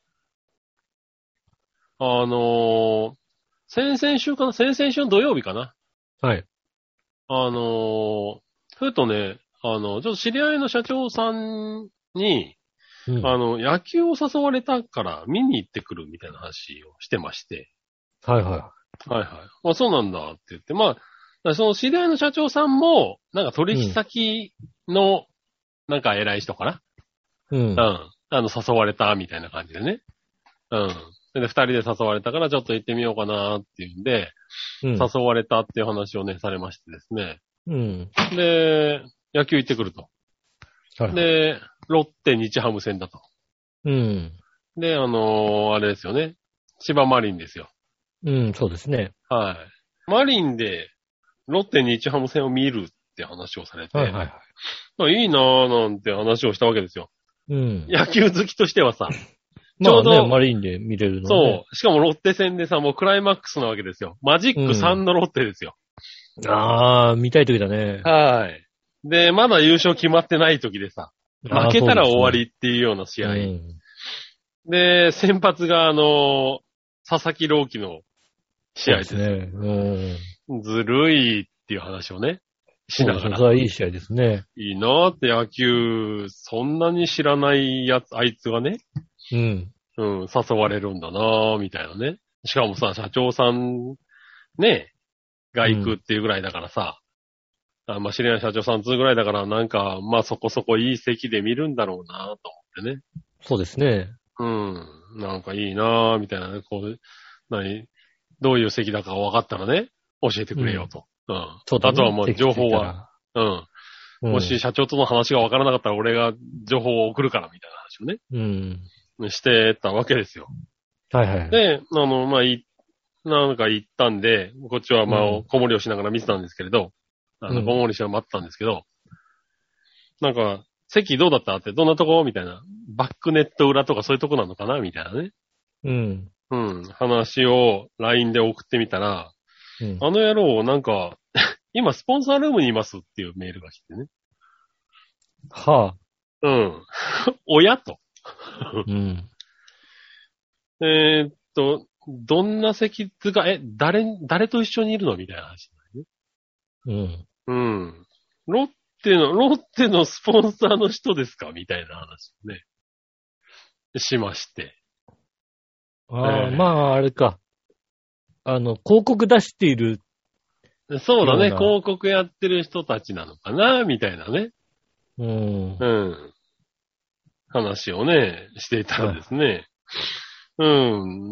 あのー、先々週かな先々週の土曜日かなはい。 あのー、ふとね、あの、ちょっと知り合いの社長さんに、うん、あの、野球を誘われたから見に行ってくるみたいな話をしてまして。 はいははいはい。まあそうなんだって言って、まあ、その知り合いの社長さんも、なんか取引先の、なんか偉い人かな、 うん。 うん。あの、誘われたみたいな感じでね。うん。で、二人で誘われたからちょっと行ってみようかなっていうんで、 うん。 誘われたっていう話をね、されましてですね。 うん。 で、野球行ってくると。 はい。 で、ロッテ日ハム戦だと。 うん。 で、あのーあれですよね。千葉マリンですよ。 うん、そうですね。 はい。マリンで、ロッテ日ハム戦を見るって話をされて、 はいはいはい。 まあいいなぁなんて話をしたわけですよ。 うん。 野球好きとしてはさ、ちまあょうどね、マリンで見れるのね。 そう。しかもロッテ戦でさ、もうクライマックスなわけですよ。マジックさんのロッテですよ。 ああ、見たい時だね。 はい。で、まだ優勝決まってない時でさ、 あー負けたら終わりっていうような試合。 そうですねで、先発があの、佐々木朗希の試合です。 そうですね。うん。 ずるいっていう話をね、しながら。 そうですね。それはいい試合ですね。 いいなーって野球、そんなに知らないやつ、あいつがね、 うん。 うん、誘われるんだなーみたいなね。しかもさ、社長さん、ね、が行くっていうぐらいだからさ、あまあ、知り合い社長さんつうぐらいだから、なんか、まあそこそこいい席で見るんだろうなと思ってね。 そうですね。 うん。なんかいいなぁ、みたいなね。こう、何どういう席だか分かったらね、教えてくれよと。うん。 そうだね。 あとはもう情報は、うん。 うん、 もし社長との話が分からなかったら俺が情報を送るからみたいな話をね、 うん。 してたわけですよ。 はいはい。 で、あの、まあ、い、なんか行ったんで、こっちはまあ、 うん子守りをしながら見てたんですけれど、あの、 うん子守りしながら待ってたんですけど、なんか、席どうだったって、どんなとこみたいな。バックネット裏とかそういうとこなのかなみたいなね。 うん。 うん。話を ライン で送ってみたら、 うん。 あの野郎、なんか、今スポンサールームにいますっていうメールが来てね。 はあ。 うん。親と。 うん。 えーっと、どんな席つか、え、誰、誰と一緒にいるのみたいな話だよね。 うん。 うん。ロッテの、ロッテのスポンサーの人ですかみたいな話をね。しまして。 ああ、 ええまあ、あれか。あの、広告出している。 そうだね。 ような広告やってる人たちなのかなみたいなね。 うん。 うん。話をね、していたらですね。うん。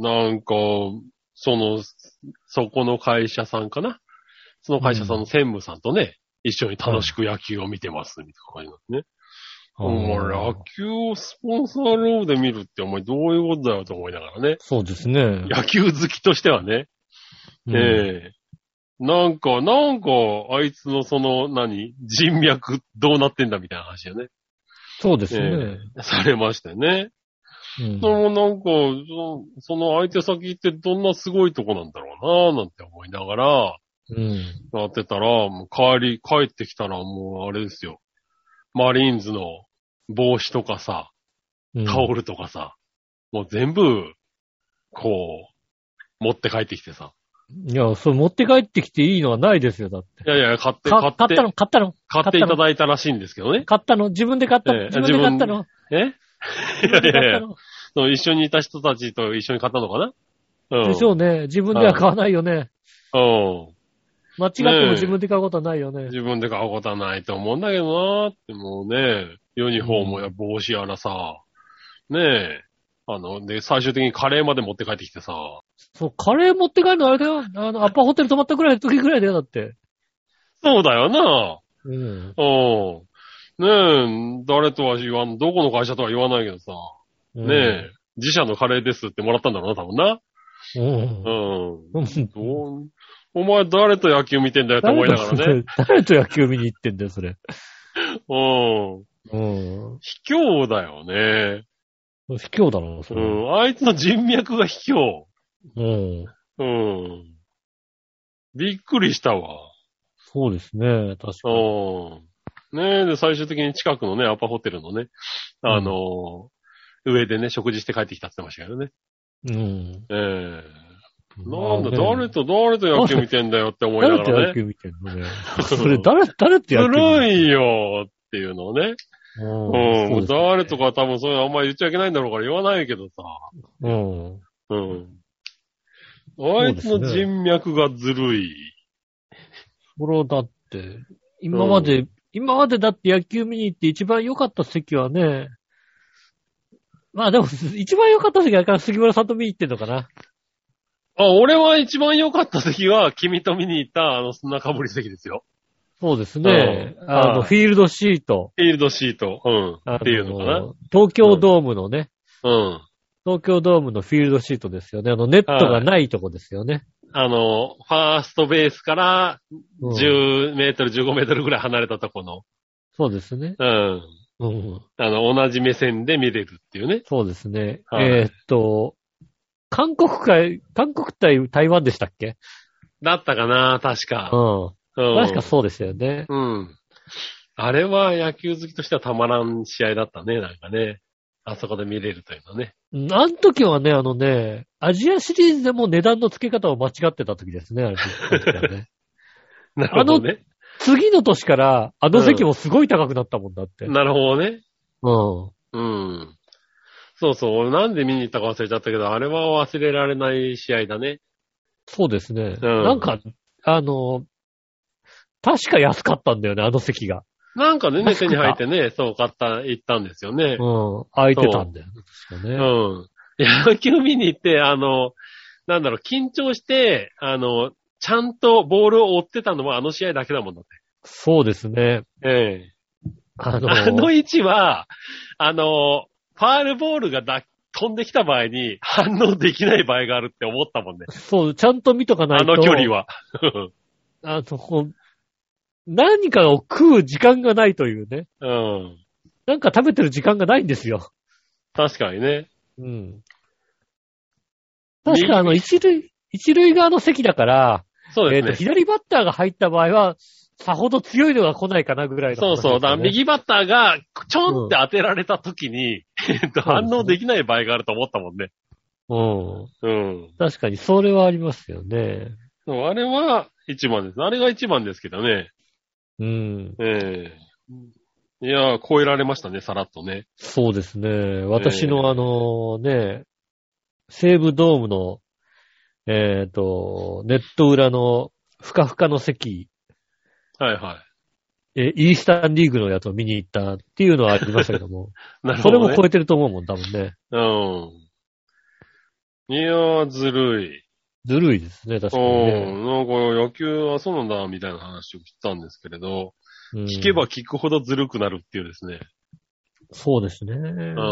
なんか、その、そこの会社さんかなその会社さんの専務さんとね、一緒に楽しく野球を見てます、みたいな感じなんですね。お前、野球をスポンサーローで見るって、お前どういうことだよと思いながらね。 そうですね。 野球好きとしてはね。 うんええなんか、なんか、あいつのその、何人脈どうなってんだみたいな話よね。 そうですね。 ええされましてね。 うんでもなんか、そその相手先ってどんなすごいとこなんだろうなぁなんて思いながら、 うん。 やってたら、もう帰り、帰ってきたらもうあれですよ。マリーンズの帽子とかさ、 うんタオルとかさ、もう全部、こう、持って帰ってきてさ。 いや、それ持って帰ってきていいのはないですよ、だって。 いやいや、買って、 か買って、 買ったの買ったの買っていただいたらしいんですけどね。 買ったの自分で買ったの、 ええ自分で買ったのえ自分で買ったいやいやいやのそう一緒にいた人たちと一緒に買ったのかなうん。 でしょうね。自分では買わないよね。 うん。 間違っても自分で買うことはないよね。 自分で買うことはないと思うんだけどなーってもうね、ユニフォームや帽子やらさ、ねえ、あの、で、最終的にカレーまで持って帰ってきてさ、 そう、カレー持って帰るのあれだよ。あの、アパホテル泊まったぐらいの時ぐらいだよ、だって。 そうだよなうん。 うん。ねえ、誰とは言わん、どこの会社とは言わないけどさ、 うんねえ、自社のカレーですってもらったんだろうな、多分な。 うん。 うん。 うんどうお前誰と野球見てんだよって思いながらね。 誰と野球見に行ってんだよ、それ。 うん。 うん。 卑怯だよね。 卑怯だろ、そうれ。 ん。あいつの人脈が卑怯。 うん。 うん。びっくりしたわ。 そうですね、確かに。 うん。ねえ、で、最終的に近くのね、アパホテルのね、あのー、上でね、食事して帰ってきたって言ってましたけどね。 うん。 ええなんだ、 まあね誰と誰と野球見てんだよって思いながらね。 誰と野球見てんのね。それ、誰、誰と野球見てんのずるいよっていうのをね。 うん。 うん。誰とか多分そういうのあんまり言っちゃいけないんだろうから言わないけどさ。 うん。 うん。ああいつの人脈がずるい。 それだって、今まで、うん、今までだって野球見に行って一番良かった席はね、まあでも、一番良かった席はから杉村さんと見に行ってんのかな。 あ、俺は一番良かった席は、君と見に行った、あの、中振り席ですよ。 そうですね。うん、あの、フィールドシート。 フィールドシート。うん。っていうのかな。 東京ドームのね。 うん。 東京ドームのフィールドシートですよね。あの、ネットがないとこですよね。 はい、あの、ファーストベースからじゅうメートル、じゅうごメートルぐらい離れたとこの。 そうですね。 うん。うん。あの、同じ目線で見れるっていうね。 そうですね。はい、えー、っと、韓国海、韓国対台湾でしたっけ？ だったかな、確か。 うん。うん、確かそうですよね。 うん。あれは野球好きとしてはたまらん試合だったね、なんかね。あそこで見れるというのね。 うん、あの時はね、あのね、アジアシリーズでも値段の付け方を間違ってた時ですね、あれね。 なるほどね。 次の年から、あの席もすごい高くなったもんだって。 うん、なるほどね。 うん。 うん。そうそう。俺なんで見に行ったか忘れちゃったけど、あれは忘れられない試合だね。 そうですね。うん、なんか、あの、確か安かったんだよね、あの席が。 なんかね、手に入ってね、そう買った、行ったんですよね。 うん。空いてたんだよね、確かね。 うん。野球見に行って、あの、なんだろう、緊張して、あの、ちゃんとボールを追ってたのはあの試合だけだもんだって。 そうですね。 ええ。あのー、あの位置は、あの、ファールボールがだ飛んできた場合に反応できない場合があるって思ったもんね。 そう、ちゃんと見とかないと。 あの距離は。 あの、何かを食う時間がないというね。 うん。 なんか食べてる時間がないんですよ。 確かにね。 うん。確かあの、一塁、一塁側の席だから、 そうですね。 えっと、左バッターが入った場合は、さほど強いのが来ないかなぐらいの、 ね。そうそう。だから右バッターが、ちょんって当てられた時に、うん、えっと、反応できない場合があると思ったもんね。 うん。 うん。 確かに、それはありますよね。 あれは一番です。あれが一番ですけどね。 うん。 ええー。いやー、超えられましたね、さらっとね。 そうですね。私のあのね、西武ドームの、えっと、ネット裏のふかふかの席。 はいはい。 え、イースタンリーグのやつを見に行ったっていうのはありましたけども。 なるほど、ね。 それも超えてると思うもん、多分ね。 うん。いやー、ずるい。 ずるいですね、確かにね。 うん。なんか野球はそうなんだ、みたいな話をしてたんですけれど、うん、聞けば聞くほどずるくなるっていうですね。 そうですね。うん。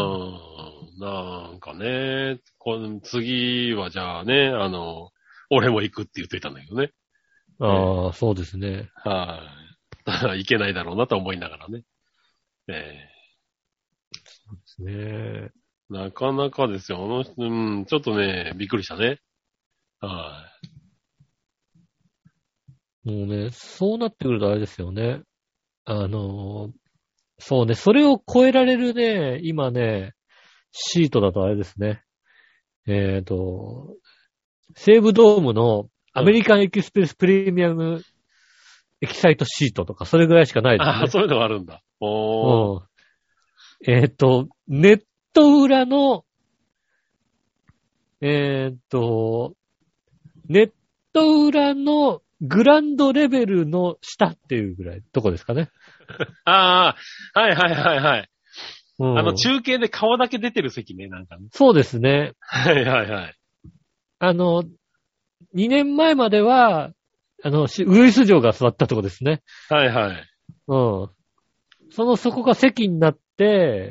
なんかね、この次はじゃあね、あの、俺も行くって言っといたんだけどね。 ああ、ね、そうですね。 はい、あ。いけないだろうなと思いながらね。ええー、そうですね。 なかなかですよ。あの人、うん、ちょっとね、びっくりしたね。はい、 もうね、そうなってくるとあれですよね。あの、そうね、それを超えられるね、今ね、シートだとあれですね。えっと、西武ドームのアメリカンエキスプレスプレミアムエキサイトシートとか、それぐらいしかないですね。 ああ、そういうのがあるんだ。おー。 うん、えっと、ネット裏の、えっと、ネット裏のグランドレベルの下っていうぐらい、どこですかね。 ああ、はいはいはいはい。 うん、 あの、中継で顔だけ出てる席ね、なんかね。 そうですね。 はいはいはい。 あの、にねんまえまでは、あの、ウグイス嬢が座ったとこですね。 はいはい。 うん。そのそこが席になって、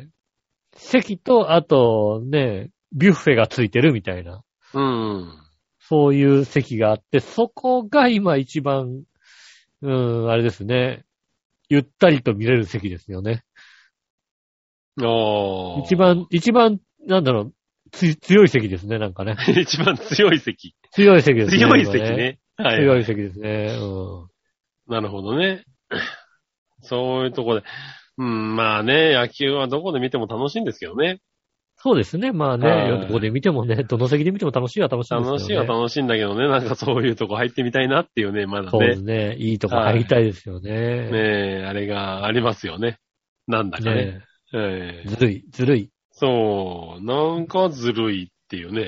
席と、あとね、ビュッフェがついてるみたいな。 うん。 そういう席があって、そこが今一番、うん、あれですね。ゆったりと見れる席ですよね。 おー。 一番、一番、なんだろう、つ強い席ですね、なんかね。 一番強い席。 強い席ですね。 強い席ね。 はい、はい。強い席ですね。うん。 なるほどね。そういうとこで。うん、まあね、野球はどこで見ても楽しいんですけどね。 そうですね。まあね、どこで見てもね、どの席で見ても楽しいは楽しいんですけどね。 楽しいは楽しいんだけどね、なんかそういうとこ入ってみたいなっていうね、まだね。 そうですね。いいとこ入りたいですよね。 ねえ、あれがありますよね。なんだかね。ねえー、ずるい、ずるい。 そう、なんかずるいっていうね。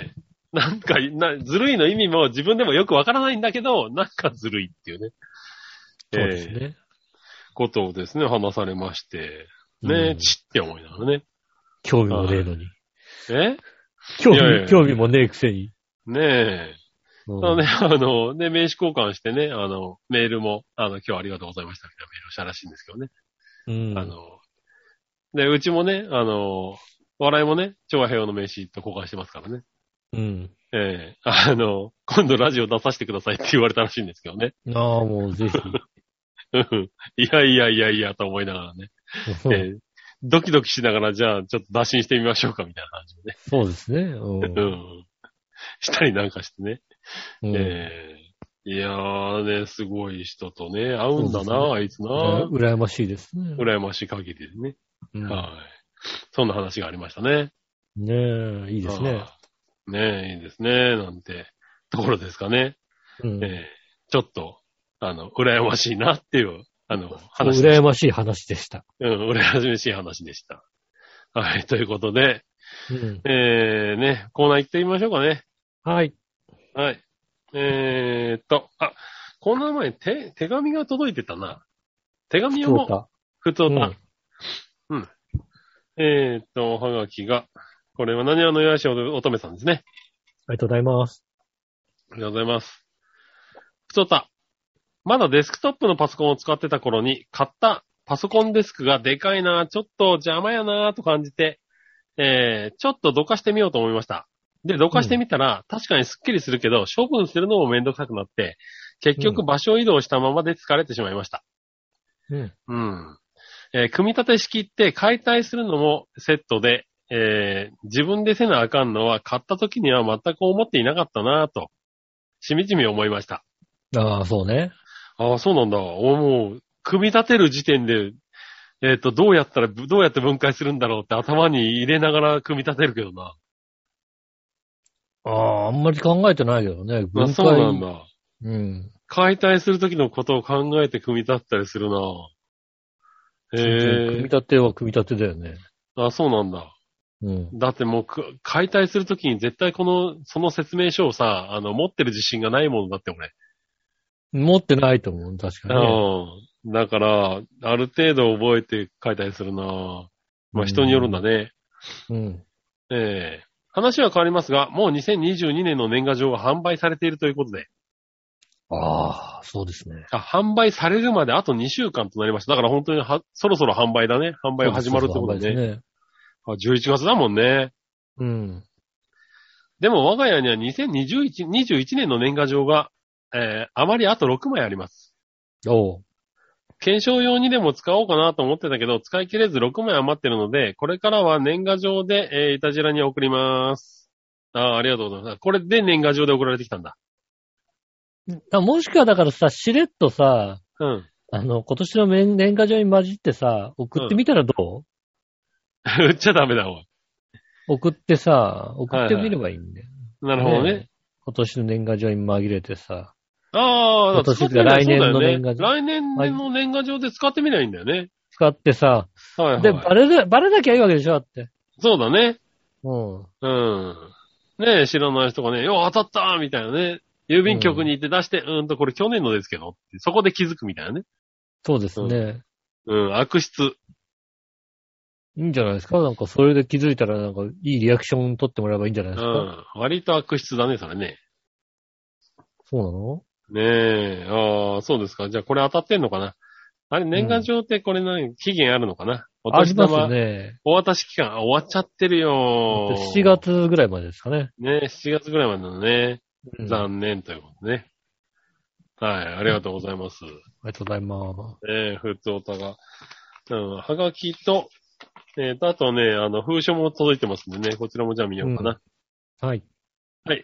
なんかな、ずるいの意味も自分でもよくわからないんだけど、なんかずるいっていうね。 そうですね。 えーことをですね、話されまして、ねえ、 うんちって思いながらね。 興味もねえのに。 え興いやいやいや味、興味もねえくせに。 ねえ。 うんあのね、あの、ね、名刺交換してね、あの、メールも、あの、今日はありがとうございましたみたいなメールをしたらしいんですけどね。 うん。 あの、で、うちもね、あの、笑いもね、調和平和の名刺と交換してますからね。 うん。 ええあの、今度ラジオ出させてくださいって言われたらしいんですけどね。 ああ、もうぜひ。 うんいやいやいやいやと思いながらね。ええドキドキしながら、じゃあ、ちょっと打診してみましょうかみたいな感じでね。 そうですね。うんうん。したりなんかしてね。 うんええいやーね、すごい人とね、会うんだそうな、あいつな。 うら羨ましいですね。 羨ましい限りでね。 うんはい。そんな話がありましたね。 ねえ、いいですね。 はいねえ、いいですね、なんてところですかね。 うん。 ええちょっと、あの、羨ましいなっていう、あの、 そう話でした。 羨ましい話でした。 うん、羨ましい話でした。はい、ということで、 うん。 えー、ね、コーナー行ってみましょうかね。 はい。 はい。えーっと、あ、コーナー前に手、手紙が届いてたな。手紙をも、 そうか。 ふつおた。 うんうん。えーっと、おはがきが、これは何話のよやしお乙女さんですね。 ありがとうございます。 ありがとうございます。ふつおた。まだデスクトップのパソコンを使ってた頃に買ったパソコンデスクがでかいな、ちょっと邪魔やなと感じて、えー、ちょっとどかしてみようと思いました。で、どかしてみたら、確かにスッキリするけど、処分するのもめんどくさくなって、結局場所移動したままで疲れてしまいました。 うん。 うん。えー組み立て式って解体するのもセットで、えー自分でせなあかんのは買った時には全く思っていなかったなと、しみじみ思いました。 ああ、そうね。 ああ、そうなんだ。おもう、組み立てる時点で、えっ、と、どうやったら、どうやって分解するんだろうって頭に入れながら組み立てるけどな。 ああ、あんまり考えてないけどね。 あ、 分解。 そうなんだ。 うん。 解体するときのことを考えて組み立てたりするな。 全然組みへえ。 立ては組み立てだよね。 あ、そうなんだ。 うん。 だってもうく、解体するときに絶対この、その説明書をさ、あの、持ってる自信がないものだって俺。 持ってないと思う。確かにね。 うん。だから、ある程度覚えて解体するな。まあ人によるんだね。 うん。 ええ話は変わりますが、もうにせんにじゅうにねんの年賀状が販売されているということで、 ああ、そうですね。 あ、販売されるまであとにしゅうかんとなりました。だから本当には、そろそろ販売だね。販売が始まるってことでね。 そうですね。 あ、じゅういちがつだもんね。 うん。 でも我が家にはにせんにじゅういち、にじゅういちねんの年賀状が、えー、あまりあとろくまいあります。 おう。 検証用にでも使おうかなと思ってたけど、使い切れずろくまい余ってるので、これからは年賀状で、えー、いたじらに送ります。ああ、ありがとうございます。これで年賀状で送られてきたんだ。 あもしくはだからさ、しれっとさ、 うん。 あの、今年の年年賀状に混じってさ、送ってみたらど売っちゃダメだ、おい。 う、送ってさ、送ってみればいいんだよ。 なるほどね。 ね今年の年賀状に紛れてさ。 ああ、 今年使ってみりゃ来年のそうだよね年賀状来年の年賀状で使ってみりゃいいんだよね。 使ってさ、 はいはい。 で、バレな、バレなきゃいいわけでしょだって。 そうだね。 うん。 うん。ねえ、知らない人がね、よ、当たったみたいなね。郵便局に行って出して、うーんと、これ去年のですけどって、そこで気づくみたいなね。 そうですね。 うん、悪質。 いいんじゃないですかなんかそれで気づいたらなんかいいリアクション取ってもらえばいいんじゃないうですか、 ん。割と悪質だね、それね。 そうなのねえ、ああ、そうですか。じゃあこれ当たってんのかな。あれ、年賀状ってこれ何、期限あるのかな。おあります年玉、 ね。 お渡し期間、あ終わっちゃってるよ。 しちがつぐらいまでですかね。 ねしちがつぐらいまでのね。 うん、あり残念ということでね。はい、ありがとうございます。 がとうございます。 えー、ふつおたが。うん、はがきと、えーと、あとね、あの、封書も届いてますんでね、こちらもじゃあ見ようかな。 はい。 はい。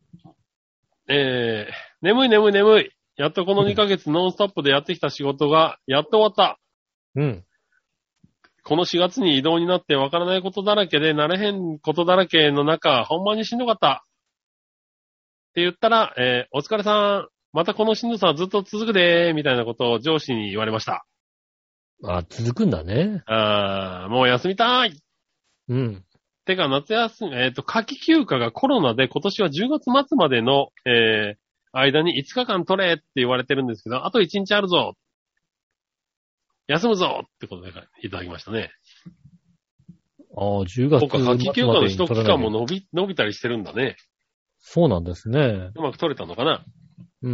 えー、眠い眠い眠い。やっとこのにかげつノンストップでやってきた仕事が、やっと終わった。 うん。 このしがつに異動になってわからないことだらけで、慣れへんことだらけの中、ほんまにしんどかった。って言ったら、えー、お疲れさん。またこのしんどさはずっと続くでー、みたいなことを上司に言われました。 あ、続くんだね。 あー、もう休みたーい。 うん。 てか夏休み、えっ、と、夏季休暇がコロナで今年はじゅうがつ末までの、えー、間にいつかかん取れって言われてるんですけど、あといちにちあるぞ休むぞってことでいただきましたね。 ああ、じゅうがつそうか、夏季休暇の取得期間も伸び、伸びたりしてるんだね。 そうなんですね。 うまく取れたのかな。 うん。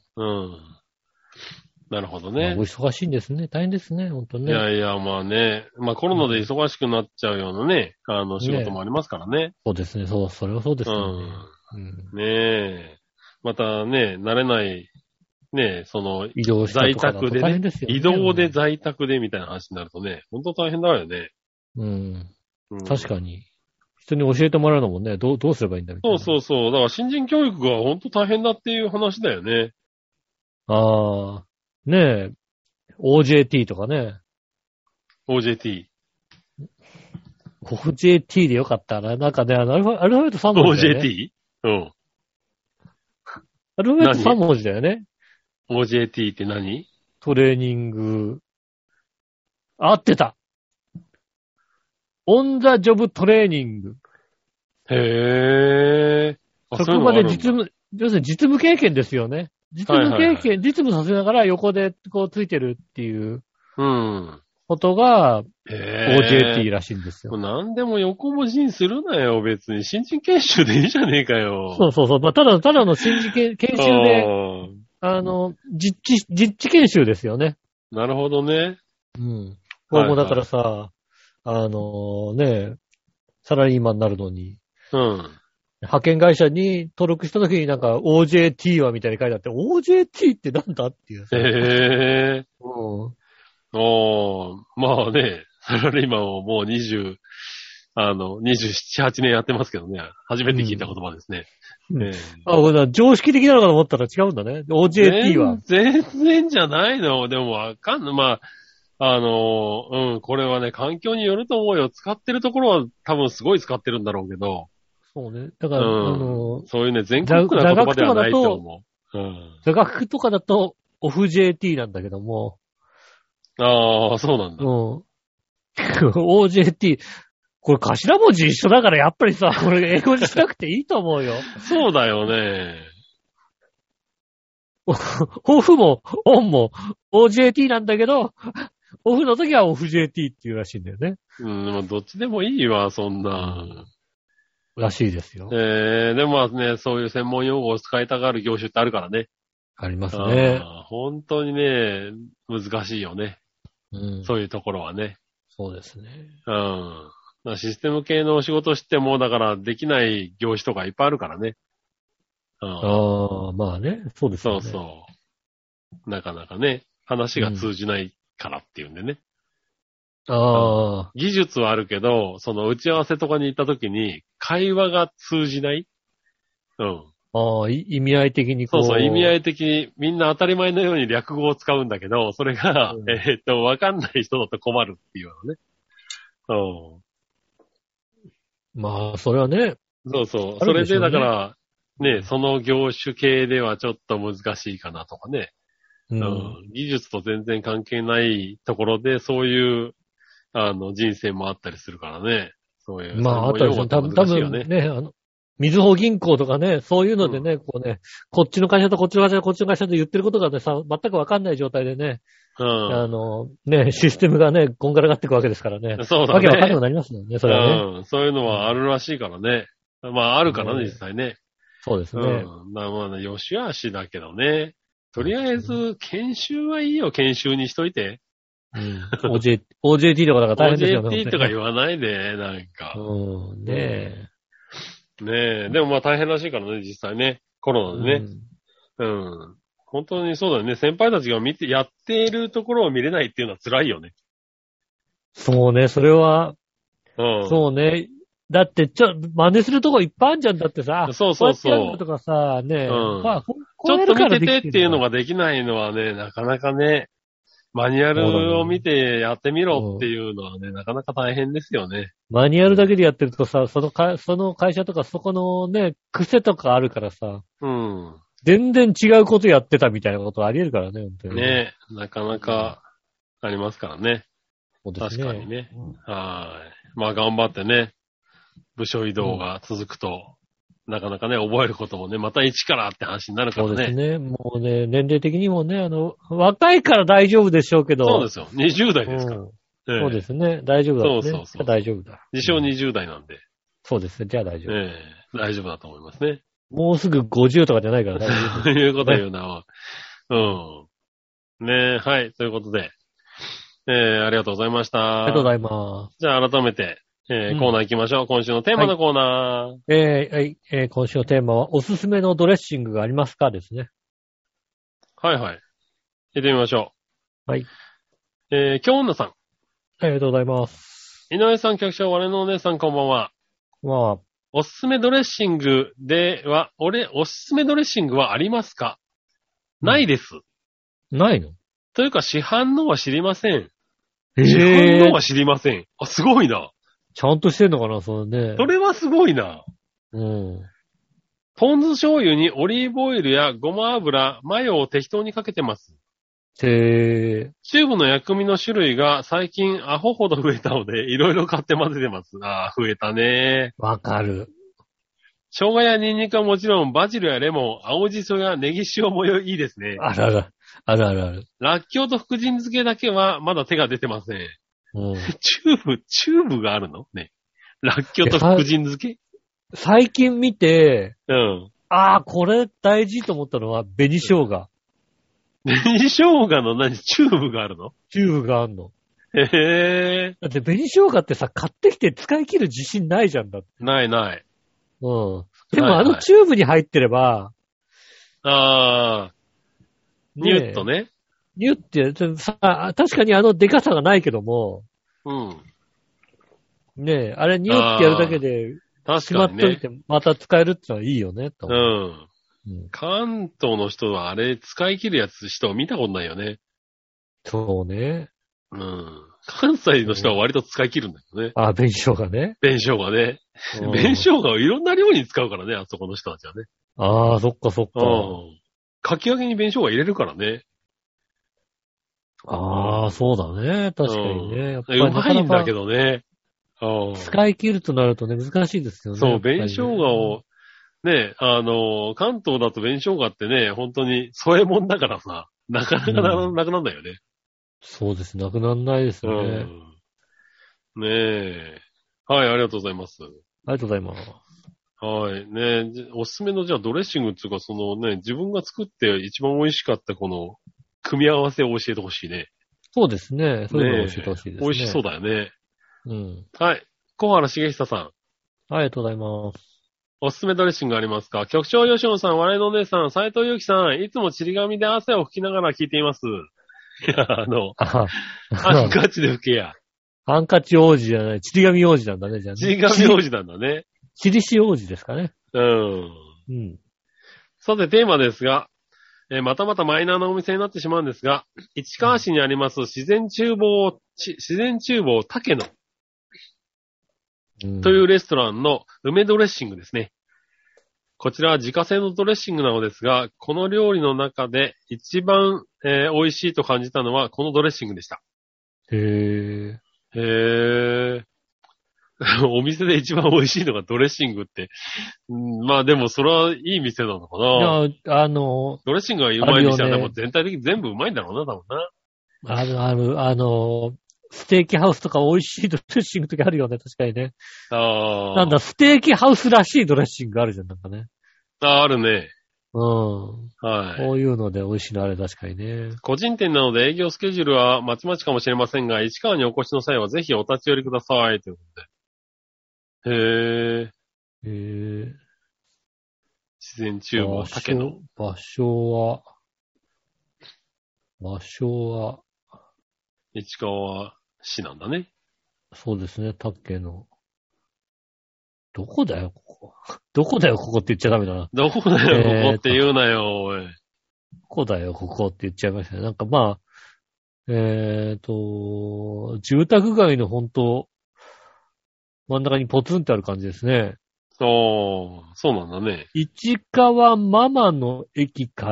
うん。なるほどね。 お忙しいんですね。大変ですね、ほんとね。 いやいや、まあね。まあコロナで忙しくなっちゃうようなね、あの、仕事もありますからね。 そうですね、そう、それはそうですよね。 うん。 うん、 ねえ。またね、慣れない、ねえ、その、 移動した在とかだと宅でね大変ですよね。 移動で在宅でみたいな話になるとね、ほんと大変だよね。 うん。 うん、 確かに。人に教えてもらうのもね、どう、どうすればいいんだみたいな。 そうそうそう。だから新人教育がほんと大変だっていう話だよね。 ああ、ねえ、オージェーティー とかね。 オージェーティー。 オージェーティー でよかったな。なんかね、あのアルファ、アルファベットさん文字だよね。 オージェーティー? うん。 アルファベットさん文字だよね。 オージェーティー って何？ トレーニング。合ってた。オンザジョブトレーニング。 へー。 そこまで実務、要するに実務経験ですよね。実務経験、はいはいはい、実務させながら横でこうついてるっていうことが、オージェーティー らしいんですよ。 何でも横文字にするなよ、別に。新人研修でいいじゃねえかよ。 そうそうそう。まあ、ただ、ただの新人研修で、あの、実地、実地研修ですよね。 なるほどね。 うん。これもだからさ、はいはい、あのね、サラリーマンになるのに、 うん。 派遣会社に登録したときになんか オージェーティー はみたいに書いてあって、オージェーティー ってなんだっていう。 へぇー。 うん。 おー、まあね、サラリーマンをもうにじゅう、あの、にじゅうなな、はちねんやってますけどね。初めて聞いた言葉ですね。 うんえー、あ、これ常識的なのかと思ったら違うんだね。オージェーティー は。 全然じゃないの。でもわかんない。まあ、あの、うん、これはね、環境によると思うよ。使ってるところは多分すごい使ってるんだろうけど。 そうね。だから、うん、あの、 そういうね、全国区な言葉ではないと思う。うん、 座学とかだと、オフ ジェーティー なんだけども。 ああ、そうなんだ。 うん。オージェーティー、これ頭文字一緒だからやっぱりさ、これ英語にしなくていいと思うよ。 そうだよね。 オフも、オンも、オージェーティー なんだけど、オフの時はオフ ジェーティー っていうらしいんだよね。 うん、でもどっちでもいいわ、そんな。 うん、らしいですよ。 えー、でもまあね、そういう専門用語を使いたがる業種ってあるからね。 ありますね。 本当にね、難しいよね。うん、そういうところはね。 そうですね。 うん。システム系のお仕事しても、だからできない業種とかいっぱいあるからね。 うん、ああ、まあね。そうですね。 そうそう。なかなかね、話が通じないからっていうんでね。 うん、ああ。 技術はあるけど、その打ち合わせとかに行った時に、会話が通じない。うん。 ああ、意味合い的にこう。 そうそう、意味合い的にみんな当たり前のように略語を使うんだけど、それが、うん、えー、っと、わかんない人だと困るっていうのね。 うん。まあ、それはね。 そうそう。ね、それでだから、ね、その業種系ではちょっと難しいかなとかね。うん。うん、技術と全然関係ないところで、そういう、あの、人生もあったりするからね。そういう。 まあ、あったりする。多分、多分ね、あの、みずほ銀行とかね、そういうのでね、うん、こうね、こっちの会社とこっちの会社とこっちの会社と言ってることがね、さ、全くわかんない状態でね、うん、あの、ね、システムがね、こんがらがっていくわけですからね。 そうだね。 わけわかんなくなりますもんね、それはね。 うん、そういうのはあるらしいからね。まあ、あるからね、実際ね。 そうですね。 うん。まあまあ、よしあしだけどね。とりあえず、研修はいいよ、研修にしといて。 うん。オージェーティー、オージェーティー とかだから大変ですよね。 オージェーティー とか言わないで、なんか。 うん、ねえ。 ねえ。でもまあ大変らしいからね、実際ね。コロナでね。うん。うん、本当にそうだよね。先輩たちが見て、やっているところを見れないっていうのは辛いよね。 そうね、それは。 うん。 そうね。だって、ちょ、真似するとこいっぱいあるじゃんだってさ。 そうそうそう。 こうやってやるとかさ、ねえ。 うん。 まあ、 ちょっと見ててっていうのができないのはね、なかなかね、マニュアルを見てやってみろっていうのはね、なかなか大変ですよね。 マニュアルだけでやってるとさ、そのか、その会社とかそこのね、癖とかあるからさ。 うん。 全然違うことやってたみたいなことあり得るからね、本当に。 ねえ、なかなかありますからね。 そうですね。 確かにね。うん、はい。まあ頑張ってね。 部署移動が続くと、うん、なかなかね、覚えることもね、また一からって話になるからね。 そうですね。もうね、年齢的にもね、あの、若いから大丈夫でしょうけど。 そうですよ。にじゅう代ですから。うんええ、そうですね。大丈夫だね。 そうそうそう。 大丈夫だ。 自称にじゅう代なんで。 そうですね。じゃあ大丈夫。 ええ、大丈夫だと思いますね。 もうすぐごじゅうとかじゃないから大丈夫。 ということ言うな。うん。ねえ、はい。ということで。えー、ありがとうございました。 ありがとうございます。 じゃあ改めて、えーうん、コーナー行きましょう。今週のテーマのコーナー。はい、 えーはいえー、今週のテーマは、おすすめのドレッシングがありますかですね。 はいはい。行ってみましょう。はい。 えー、京女さん。 ありがとうございます。 井上さん、局長、我のお姉さん、こんばんは。 まあ。 おすすめドレッシングでは、俺、おすすめドレッシングはありますか？うん、ないです。 ないの？ というか、市販のは知りません。 えー、 市販のは知りません。あ、すごいな。 ちゃんとしてんのかな、それね。 それはすごいな。 うん。 ポン酢醤油にオリーブオイルやごま油、マヨを適当にかけてます。 へー。 チューブの薬味の種類が最近アホほど増えたので、いろいろ買って混ぜてます。ああ、増えたね。 わかる。 生姜やニンニクはもちろん、バジルやレモン、青じそやネギ塩もいいですね。 あらら。あるあるある。 らっきょうと福神漬けだけはまだ手が出てません。 うん、 チューブ、チューブがあるのね。らっきょうと福神漬け最近見て、 うん。 ああ、これ大事と思ったのは、紅生姜。 紅生姜の何、チューブがあるの？ チューブがあるの。 へえ。 だって紅生姜ってさ、買ってきて使い切る自信ないじゃんだって。 ないない。 うん。でもあのチューブに入ってれば、 はいはい、ああ、ニュッとね。 ニュってさ、確かにあのデカさがないけども、 うん。 ねえ、あれニュってやるだけで、 確かにね。 しまっといてまた使えるってのはいいよね、と。 うん。うん、関東の人はあれ使い切るやつ人を見たことないよね。 そうね。 うん。関西の人は割と使い切るんだよね。 ああ、紅生姜ね。 紅生姜ね。紅生姜をいろんな料理に使うからね、あそこの人たちはね。 ああ、そっかそっか。うん。 かき揚げに紅生姜入れるからね。 ああ、そうだね。確かにね。やっぱりうまいんだけどね。 使い切るとなるとね、難しいですよね。 そう、紅生姜を、ね、あの、関東だと紅生姜ってね、本当に添え物だからさ、なかなかなくなんだよね。 そうです。なくなんないですね。うん、 ねえ。はい、ありがとうございます。 ありがとうございます。 はい。ねえ、おすすめのじゃあドレッシングっていうか、そのね、自分が作って一番美味しかったこの、組み合わせを教えてほしいね。 そうですね。そういうのを教えてほしいですね。 美味しそうだよね。 うん。 はい。小原茂久さん。 ありがとうございます。 おすすめドレッシングありますか？局長吉野さん、笑いのお姉さん、斉藤祐樹さん、いつもちり紙で汗を拭きながら聞いています。いや、あの、ハンカチで拭けや。 ハンカチ王子じゃない、ちり紙王子なんだね、じゃあね。 ちり紙王子なんだね。 ちりし王子ですかね。 うん。 うん。 さて、テーマですが、えー、またまたマイナーなお店になってしまうんですが、市川市にあります自然厨房、自然厨房竹野。というレストランの梅ドレッシングですね。こちらは自家製のドレッシングなのですが、この料理の中で一番、えー、美味しいと感じたのはこのドレッシングでした。 へー。 へー。お店で一番美味しいのがドレッシングって。うん、まあでもそれはいい店なのかな。 いや、あの、 ドレッシングがうまい店は、ね、でも全体的に全部うまいんだろうな、多分な。 あるある、あの、ステーキハウスとか美味しいドレッシングとかあるよね、確かにね。 ああ。 なんだ、ステーキハウスらしいドレッシングあるじゃん、なんかね。 ああ、あるね。 うん。はい。こういうので美味しいのあれ確かにね。 個人店なので営業スケジュールはまちまちかもしれませんが、市川にお越しの際はぜひお立ち寄りください。ということで。へえ。へえ。自然厨房、竹野。 場所は、場所は、 市川市なんだね。 そうですね、竹野。どこだよ、ここ。どこだよ、ここって言っちゃダメだな。 どこだよ、ここって言うなよ、おい。 どこだよ、ここって言っちゃいましたね。なんかまあ、えっと、住宅街の本当、真ん中にポツンってある感じですね。 そう、そうなんだね。 市川ママの駅から、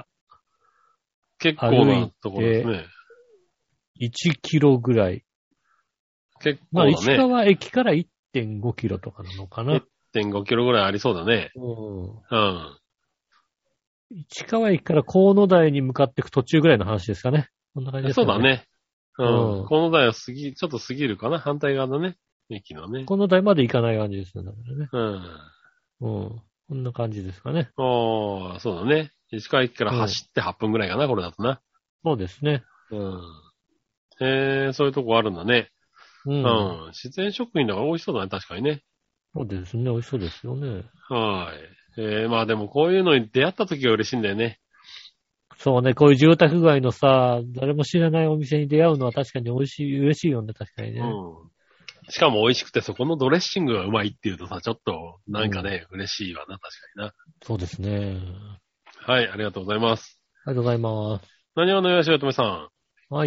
結構なところですね。 いちキロぐらい。 結構だね。 まあ、市川駅からいてんごキロとかなのかな。 いってんごキロぐらいありそうだね。 うん。 うん。 市川駅から河野台に向かっていく途中ぐらいの話ですかね。こんな感じですかね。 そうだね。うん。 うん、 河野台は過ぎ、ちょっと過ぎるかな。反対側のね。駅のね。 河野台まで行かない感じですね。だからね。 うん。 うん。こんな感じですかね。 ああ、そうだね。市川駅から走ってはっぷんぐらいかな、これだとな。 そうですね。 うん。へえ、そういうとこあるんだね。 うん。 うん。自然食品だから美味しそうだね、確かにね。 そうですね。美味しそうですよね。 はい。えー、まあでもこういうのに出会った時が嬉しいんだよね。 そうね。こういう住宅街のさ、誰も知らないお店に出会うのは確かに美味しい、嬉しいよね。確かにね。 うん。しかも美味しくてそこのドレッシングがうまいっていうとさ、ちょっとなんかね、うん、嬉しいわな、確かにな。 そうですね。 はい、ありがとうございます。 ありがとうございます。 何話のよしおとめさん。 はい。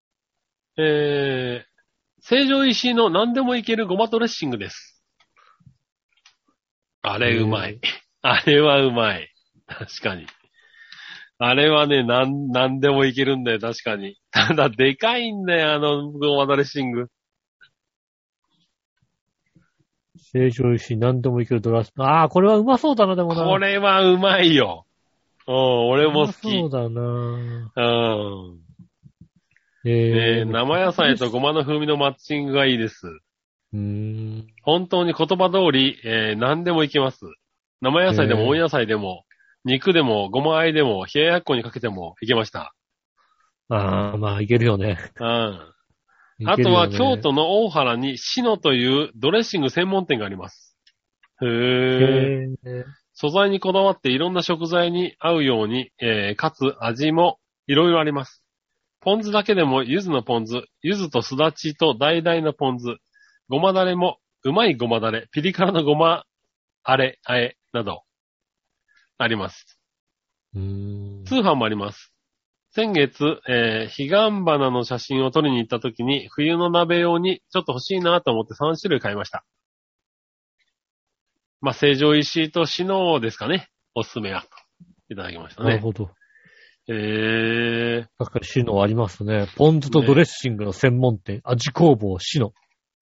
えー、成城石井の何でもいけるごまドレッシングです。あれうまい。あれはうまい。確かに。あれはね、なん、なんでもいけるんだよ、確かに。ただ、でかいんだよ、あの、ごまドレッシング。 成城石井何でもいけるドラス。ああ、これはうまそうだな、でもな。 これはうまいよ。うん、俺も好き。 そうだな。 うん。 えー、 えー、生野菜とごまの風味のマッチングがいいです。 うーん。 本当に言葉通り、えー、何でもいけます。生野菜でも温野菜でも、肉でも、ごま和えでも、冷ややっこにかけてもいけました。 ああ、まあ、いけるよね。 うん。あとは、京都の大原に、シノというドレッシング専門店があります。へー。へ素材にこだわっていろんな食材に合うように、えー、かつ味もいろいろあります。ポン酢だけでも柚子のポン酢、柚子とすだちと橙のポン酢、ごまだれもうまいごまだれ、ピリ辛のごまあれ、あえ、など、あります。 うーん。 通販もあります。先月、えー、彼岸花の写真を撮りに行った時に、冬の鍋用にちょっと欲しいなと思ってさん種類買いました。まあ、成城石井とシノですかね。おすすめは。いただきましたね。 なるほど。 えー。 確かにシノありますね。ポン酢とドレッシングの専門店、ね、味工房シノ。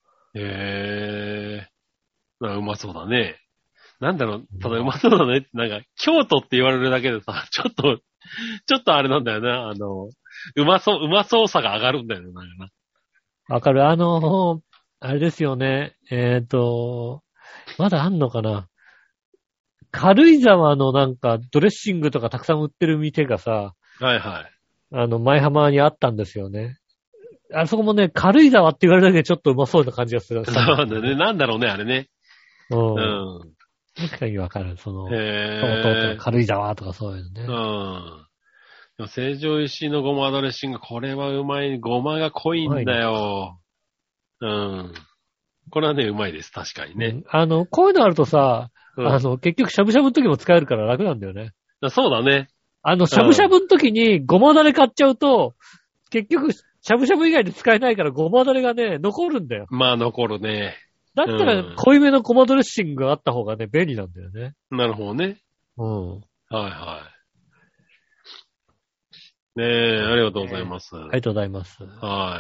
えー。うまそうだね。なんだろう、ただうまそうだねって、なんか、京都って言われるだけでさ、ちょっと、ちょっとあれなんだよな、あの、うまそう、うまそうさが上がるんだよね、なんかな。 わかる。あの、あれですよね。えっと、まだあんのかな。軽井沢のなんかドレッシングとかたくさん売ってる店がさ、 はいはい。 あの、前浜にあったんですよね。あそこもね、軽井沢って言われるだけでちょっとうまそうな感じがする。 そうだね。なんだろうね、あれね。 うん。 うん。 確かにわかる。その、 へー。 軽井沢とかそういうのね。 うん。でも成城石井のごまドレッシング、これはうまい。ごまが濃いんだよ。うん。これはね、うまいです。確かにね。うん、 あの、こういうのあるとさ、うん、あの、結局しゃぶしゃぶの時も使えるから楽なんだよね。 そうだね。 あの、しゃぶしゃぶの時にごまだれ買っちゃうと、結局、しゃぶしゃぶ以外で使えないからごまだれがね、残るんだよ。 まあ、残るね。 だったら、濃いめのごまドレッシングがあった方がね、便利なんだよね。 なるほどね。 うん。 はいはい。ねえ、ありがとうございます。 ありがとうございます。 はい。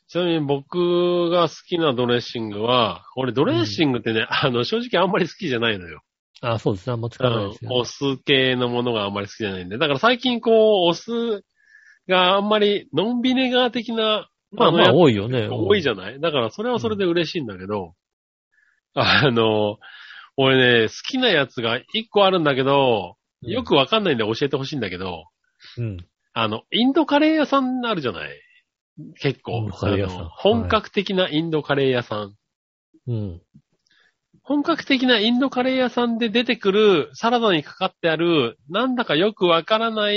ちなみに僕が好きなドレッシングは、俺ドレッシングってね、うん、あの、正直あんまり好きじゃないのよ。 ああ、そうですね。あんま使わないですよ、ね。 お酢系のものがあんまり好きじゃないんで。だから最近こう、お酢があんまりノンビネガー的な、 まあまあ多いよね。 多いじゃない？だからそれはそれで嬉しいんだけど、うん、あの、俺ね、好きなやつが一個あるんだけど、よくわかんないんで教えてほしいんだけど、 うん。 あの、インドカレー屋さんあるじゃない結構。 カレー屋さん。 本格的なインドカレー屋さん。 うん。 本格的なインドカレー屋さんで出てくるサラダにかかってある、なんだかよくわからない、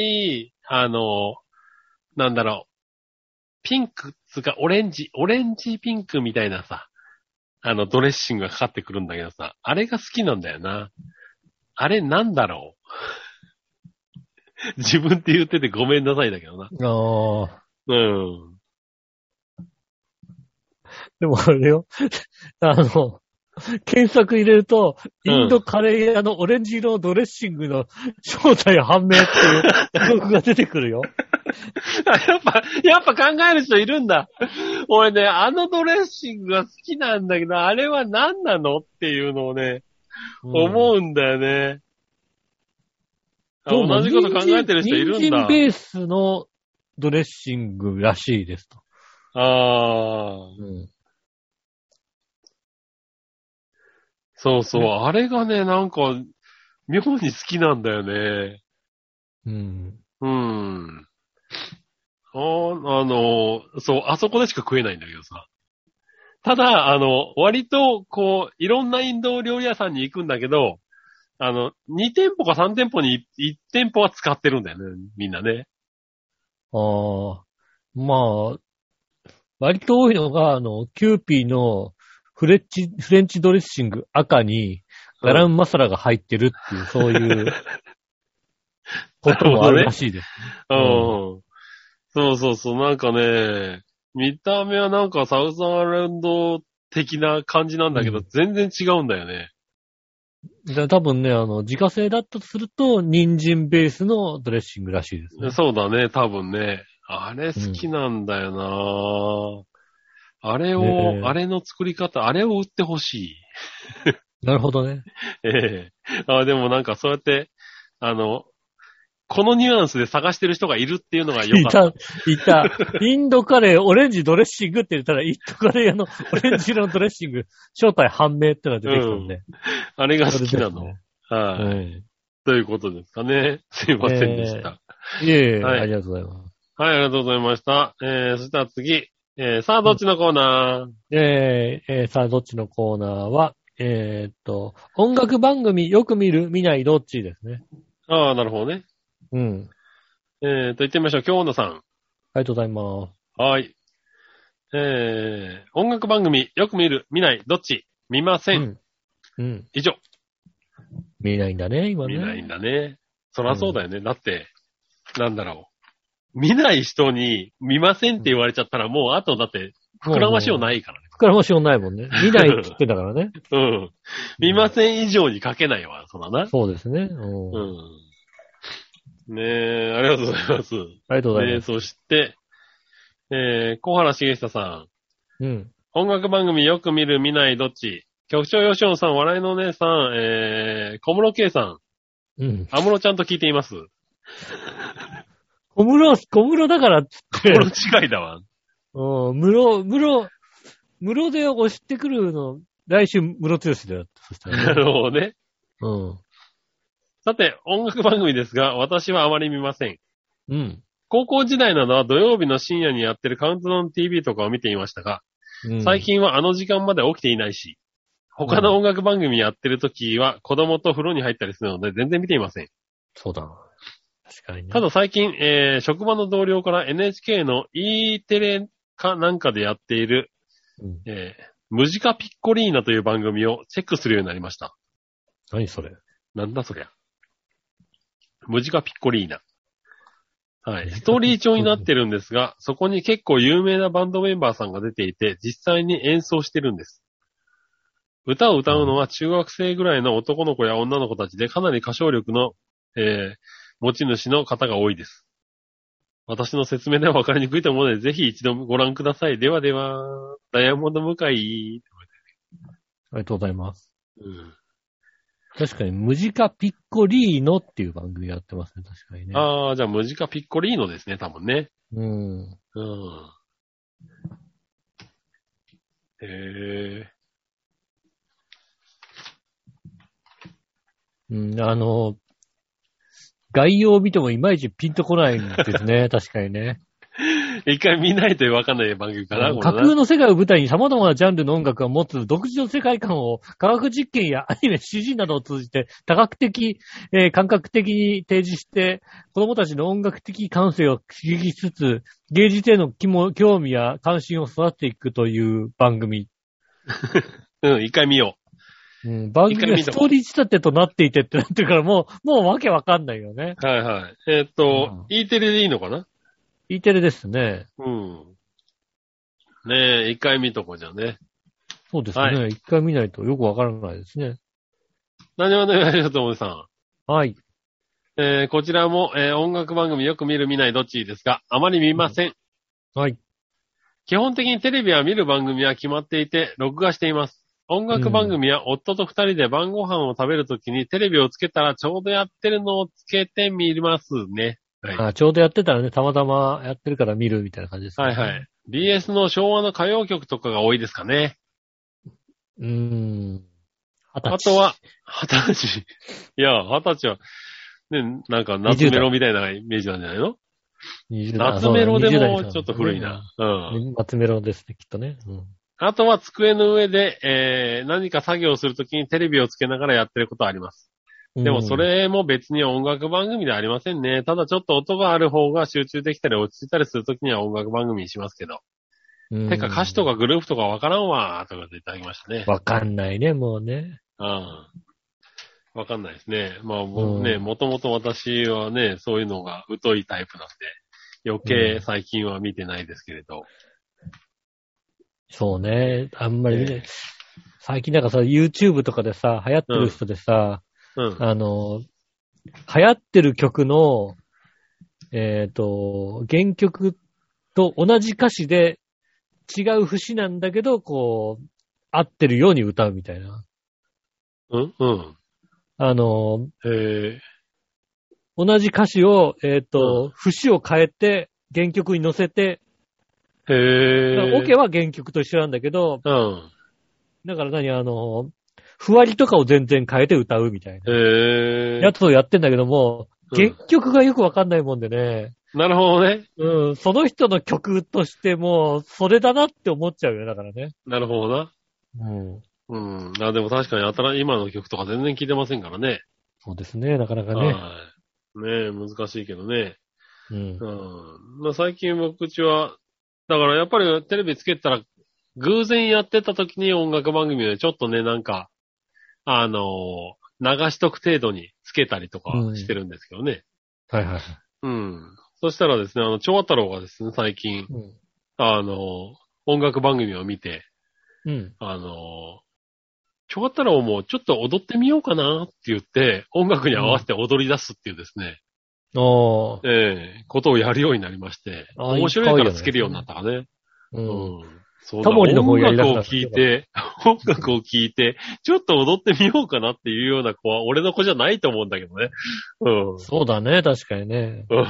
あの、なんだろう、ピンクつかオレンジ、オレンジピンクみたいなさ、あのドレッシングがかかってくるんだけどさ、あれが好きなんだよな。あれなんだろう自分って言っててごめんなさいだけどな。 ああ。 うん。 でもあれよ、あの、検索入れると、インドカレー屋のオレンジ色のドレッシングの正体判明っていう広告が出てくるよ。 やっぱ、やっぱ考える人いるんだ。俺ね、あのドレッシングが好きなんだけど、あれは何なのっていうのをね、思うんだよね。あ、同じこと考えてる人いるんだ。 人参ベースのドレッシングらしいですと。 ああ、 うん。 そうそう、 ねあれがね、なんか、妙に好きなんだよね。 うん。 うん。ああの、そう、あそこでしか食えないんだけどさ。ただ、あの、割と、こう、いろんなインド料理屋さんに行くんだけど、あの、に店舗かさん店舗にいち店舗は使ってるんだよね、みんなね。 ああ、まあ、割と多いのが、あの、キューピーのフレッチ、フレンチドレッシング赤にガラムマサラが入ってるっていう、そういうこともあるらしいです。 うん。そうそうそう、なんかね、見た目はなんかサウザンアイランド的な感じなんだけど、 うん全然違うんだよね。 で多分ね、あの、自家製だったとすると、人参ベースのドレッシングらしいですね。 そうだね、多分ね。あれ好きなんだよな、あれを、 ねえあれの作り方、あれを売ってほしい。 なるほどね。 ええあ、でもなんかそうやって、あの、このニュアンスで探してる人がいるっていうのが良いかった。 た、いた。インドカレー、オレンジドレッシングって言ったら、インドカレー屋のオレンジ色のドレッシング、正体判明ってのが出てきたんで。 あれが好きなの。 それですねはい、 うんということですかね。すいませんでした。 いえいえ、 はいありがとうございます。 はい、ありがとうございました。えー、そしたら次。えー、さあ、どっちのコーナー、 えーえーさあ、どっちのコーナーは、えーっと、音楽番組よく見る見ないどっちですね。 ああ、なるほどね。 うん。 えーと、行ってみましょう。京野さん。 ありがとうございます。 はい。えー、音楽番組よく見る、見ない、どっち見ません。 うん。うん。 以上。 見ないんだね、今ね。 見ないんだね。そらそうだよね。だって、なんだろう。見ない人に見ませんって言われちゃったらもうあとだって膨らましようないからね。 膨らましようないもんね。見ないって言ってんだからね。 うん。見ません以上に書けないわ、そらな。 そうですね。うん。 うん。ねえ、ありがとうございます。 ありがとうございねえ、 ます。 そして、えー、小原茂久さん。 うん。 音楽番組よく見る見ないどっち局長吉野さん、笑いのお姉さん、えー、小室圭さん。 うん。 安室ちゃんと聞いています。 小室、小室だからっつって。 この違いだわ。 うん、室、室、室で押してくるの、来週、室剛だよ。そしたならね。 るほどね。 うん。 さて、音楽番組ですが、私はあまり見ません。 うん。 高校時代などは土曜日の深夜にやってるカウントダウン ティーブイ とかを見ていましたが、 うん、 最近はあの時間まで起きていないし、他の音楽番組やってる時は子供と風呂に入ったりするので全然見ていません。 そうだな。確かにね。 ただ最近、えー、職場の同僚から エヌエイチケー の E テレかなんかでやっている、 うん、 えー、ムジカピッコリーナという番組をチェックするようになりました。 何それ？ なんだそりゃ。ムジカピッコリーナ。はい。ストーリー調になってるんですが、そこに結構有名なバンドメンバーさんが出ていて、実際に演奏してるんです。歌を歌うのは中学生ぐらいの男の子や女の子たちで、かなり歌唱力の、えー、持ち主の方が多いです。私の説明では分かりにくいと思うので、ぜひ一度ご覧ください。ではでは、ダイヤモンド向かい。 ありがとうございます。 うん、 確かに、ムジカピッコリーノっていう番組やってますね。確かにね。 ああ、じゃあムジカピッコリーノですね、多分ね。 うん。 うん。へえ。 うん、あの、概要を見てもいまいちピンとこないんですね。確かにね。 一回見ないと分かんない番組かな、これな架空の世界を舞台に様々なジャンルの音楽が持つ独自の世界観を科学実験やアニメ、シージー などを通じて多角的、えー感覚的に提示して子供たちの音楽的感性を刺激しつつ芸術への興味や関心を育てていくという番組。 うん、一回見ようん、番組がストーリー仕立てとなっていてってなってるからもう、もうわけわかんないよね。 う。はいはい。えーっと、 うん E テレでいいのかな？ E テレですね。 うん。ねえ、一回見とこうじゃあね。 そうですはね。一回見ないとよくわからないですね。 何話でありがとう、おじさん。 はい。 えー、こちらも、えー、音楽番組よく見る見ないどっちですが、あまり見ません。 はい。 基本的にテレビは見る番組は決まっていて、録画しています。音楽番組は夫と二人で晩ご飯を食べるときにテレビをつけたらちょうどやってるのをつけてみますね。はい、 あちょうどやってたらね、たまたまやってるから見るみたいな感じですね。 はいはい。ビーエス の昭和の歌謡曲とかが多いですかね。 うーん。 あとは、二十歳。いや、二十歳は、ね、なんか夏メロみたいなイメージなんじゃないの？夏メロでもちょっと古いな。うん。 夏メロですね、きっとね。うん、 あとは机の上で、えー、何か作業するときにテレビをつけながらやってることはあります。でもそれも別に音楽番組ではありませんね。ただちょっと音がある方が集中できたり落ち着いたりするときには音楽番組にしますけど。うん、てか歌詞とかグループとかわからんわーとかでいただきましたね。 わかんないね、もうね。 うん。わかんないですね。まあもうね、もともと私はね、そういうのが疎いタイプなんで、余計最近は見てないですけれど。うん、 そうね。あんまりね、えー、最近なんかさ、YouTube とかでさ、流行ってる人でさ、うんうん、あの、流行ってる曲の、えっと、原曲と同じ歌詞で違う節なんだけど、こう、合ってるように歌うみたいな。 うんうん。 あの、 えー、同じ歌詞を、えっと、うん、節を変えて、原曲に乗せて、 へー。 オケは原曲と一緒なんだけど、 うん。 だから何、あの、ふわりとかを全然変えて歌うみたいな。 へー。 やつをやってんだけども、原曲がよくわかんないもんでね。 うん、なるほどね。 うん、その人の曲としても、それだなって思っちゃうよ、だからね。 なるほどな。 うん。 うん。あ、でも確かに新今の曲とか全然聴いてませんからね。 そうですね、なかなかね。 はい。ねえ、難しいけどね。 うん。うん。 まあ最近僕ちは、だからやっぱりテレビつけたら、偶然やってた時に音楽番組でちょっとね、なんか、あのー、流しとく程度につけたりとかしてるんですけどね。 うん、はいはい。 うん。そしたらですね、あの、蝶太郎がですね、最近、うん、あのー、音楽番組を見て、 うん。 あのー、蝶太郎もちょっと踊ってみようかなって言って、音楽に合わせて踊り出すっていうですね。 うん、 ええー、ことをやるようになりまして、面白いからつけるようになったかね。うん。うん、そうだ、音楽を聴いて、音楽を聴いて、ちょっと踊ってみようかなっていうような子は、俺の子じゃないと思うんだけどね。うん。 そうだね、確かにね。 うん。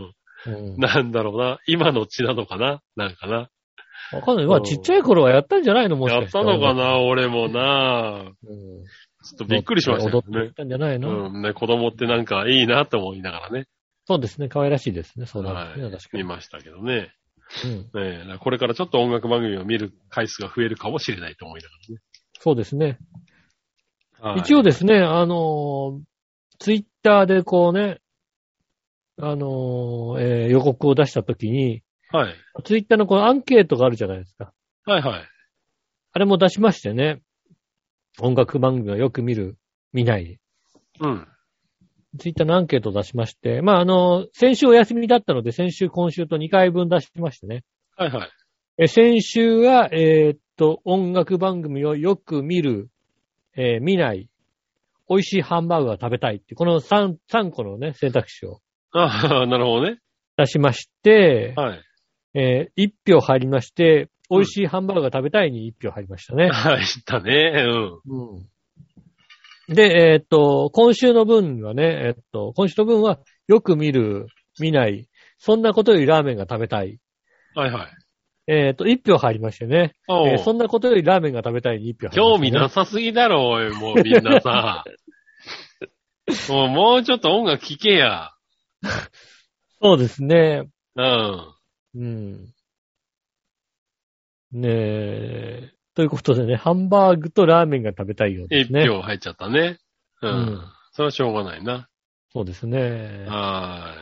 うん、なんだろうな。今の血なのかななんかな。 わかんない。まあ、ちっちゃい頃はやったんじゃないのもしかして。 やったのかな俺もな。うん。ちょっとびっくりしましたね。 踊ってたんじゃないの？ うん。ね、子供ってなんかいいなと思いながらね。 そうですね。可愛らしいですね。そうなんですね。 はい、 確かに。 見ましたけどね。 うんねえ、これからちょっと音楽番組を見る回数が増えるかもしれないと思いながらね。 そうですね。一応ですね、あのー、ツイッターでこうね、あのーえー、予告を出したときに、 はい。 ツイッターのこのアンケートがあるじゃないですか。 はいはい。 あれも出しましてね。音楽番組はよく見る、見ない。 うん。 ツイッターのアンケートを出しまして、まあ、あの、先週お休みだったので、先週、今週とにかいぶん出しましてね。 はいはい。 え先週は、えー、っと、音楽番組をよく見る、えー、見ない、美味しいハンバーグが食べたいって、この3、3個のね、選択肢を。 ああ、なるほどね。 出しまして、 はい。 えー、いち票入りまして、美味しいハンバーグが食べたいにいち票入りましたね。 入ったね。うん。 うんで、えー、っと、今週の分はね、えー、っと、今週の分は、よく見る、見ない、そんなことよりラーメンが食べたい。 はいはい。 えー、っと、いち票入りましてね、えー。そんなことよりラーメンが食べたいにいち票入りました、ね。 興味なさすぎだろ、おい、もうみんなさ。もう、もうちょっと音楽聴けや。 そうですね。 うん。 うん。ねえ。ということでね、ハンバーグとラーメンが食べたいようですね。 一票入っちゃったね。うん。うん、それはしょうがないな。 そうですね。 はい。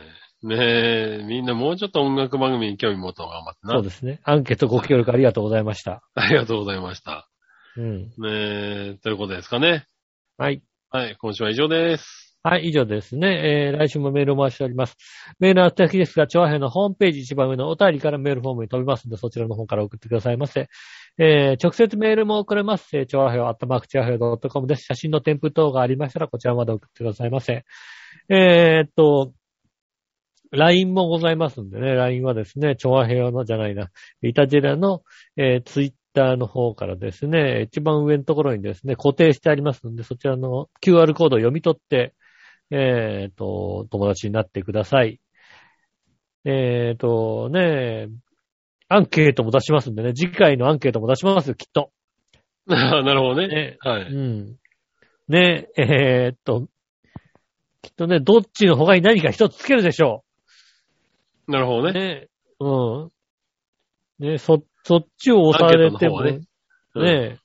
ねえ、みんなもうちょっと音楽番組に興味持とう頑張ってな。 そうですね。アンケートご協力ありがとうございました。 ありがとうございました。 うん。 ねえ、ということですかね。 はい。 はい、今週は以上です。 はい、以上ですね。えー、来週もメールを回しております。メールは宛先ですが、調和編のホームページ一番上のお便りからメールフォームに飛びますので、そちらの方から送ってくださいませ。えー、直接メールも送れます。えー、調和編、アットマーク調和編 .com です。写真の添付等がありましたら、こちらまで送ってくださいませ。 えーっと、ライン もございますんでね、ライン はですね、チョアヘヨのじゃないな、イタジェラの、えー、ツイッターの方からですね、一番上のところにですね、固定してありますんで、そちらの キューアール コードを読み取って、えーっと、友達になってください。えーっと、ね、アンケートも出しますんでね、次回のアンケートも出しますよ、きっと。 なるほどね。 ね、 はい。 うん。ね、えーっと、きっとね、どっちの他に何か一つつけるでしょなるほどう。 ね。 ね、うん。ね、そ、そっちを押されても、 アンケートの方はねうんね、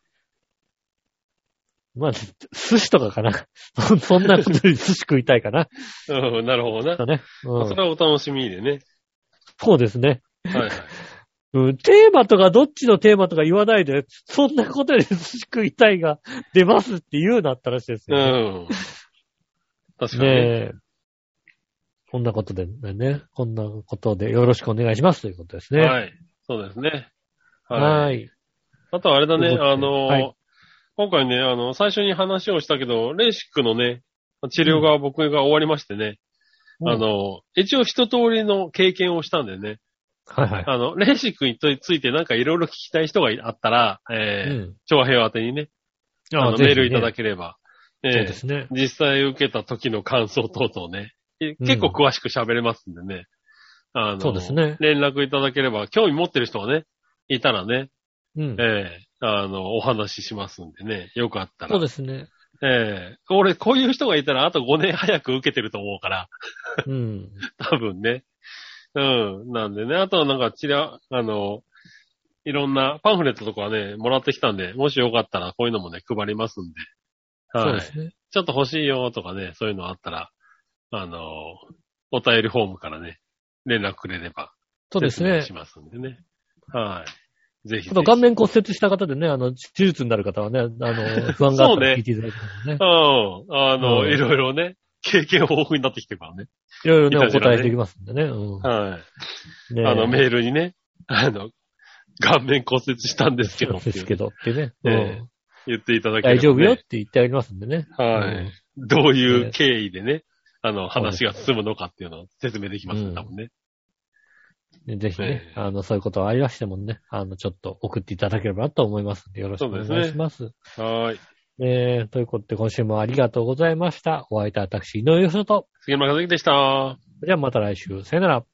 まあ、寿司とかかな。そそんなことより寿司食いたいかな。 うん、なるほどな。 ね、うん。 それはお楽しみでね。 そうですね。 はいはい。 うん、テーマとかどっちのテーマとか言わないで、そんなことより寿司食いたいが出ますって言うなったらしいですうよね。 ん。確かにね。 ねえ。こんなことでね、こんなことでよろしくお願いしますということですね。 はい。そうですね。 は。 はいい。あとあれだね、 ということであの、 はい今回ね、あの、最初に話をしたけど、レーシックのね、治療が僕が終わりましてね、 うんあの、一応一通りの経験をしたんでね、 はいはい。 あの、レーシックについてなんかいろいろ聞きたい人があったら、えー、 うん。 長平和宛てにね、あの、 ぜひねメールいただければ、えーそうですね。 実際受けた時の感想等々ね、えうん結構詳しく喋れますんでね、あの、 そうですね連絡いただければ、興味持ってる人がね、いたらね、 うん。 ええあの、お話ししますんでね、よくあったら。 そうですね。 ええ俺、こういう人がいたら、あとごねん早く受けてると思うから、 うん。 多分ね。うん。なんでね、あとはなんか、ちら、あの、いろんなパンフレットとかはね、もらってきたんで、もしよかったら、こういうのもね、配りますんで。はい。 そうですね。 ちょっと欲しいよとかね、そういうのあったら、あの、お便りフォームからね、連絡くれれば、 そうですね説明し。ますんでね。はい。ぜひぜひ。 あと顔面骨折した方でね、あの、手術になる方はね、あの、不安があったら聞いていただいてますね。 うん。あの、 うんいろいろね、経験豊富になってきてるからね。 いろいろね、おいたじらね答えできますんでね。うん。 はい。 ねあの、メールにね、あの、顔面骨折したんですけどそうですけどってね。うええん。 言っていただければ、ね。 大丈夫よって言ってありますんでね。 はい。どういう経緯でね、あの、 そうです話が進むのかっていうのを説明できますね、 うん多分ね。 ねぜひねえ、えあの、そういうことがありましてもね、あの、ちょっと送っていただければなと思いますんで、よろしくお願いします。 はーい。 えー、ということで、今週もありがとうございました。お会いいたい私、井上義人と。 杉山和樹でした。 じゃあまた来週。さよなら。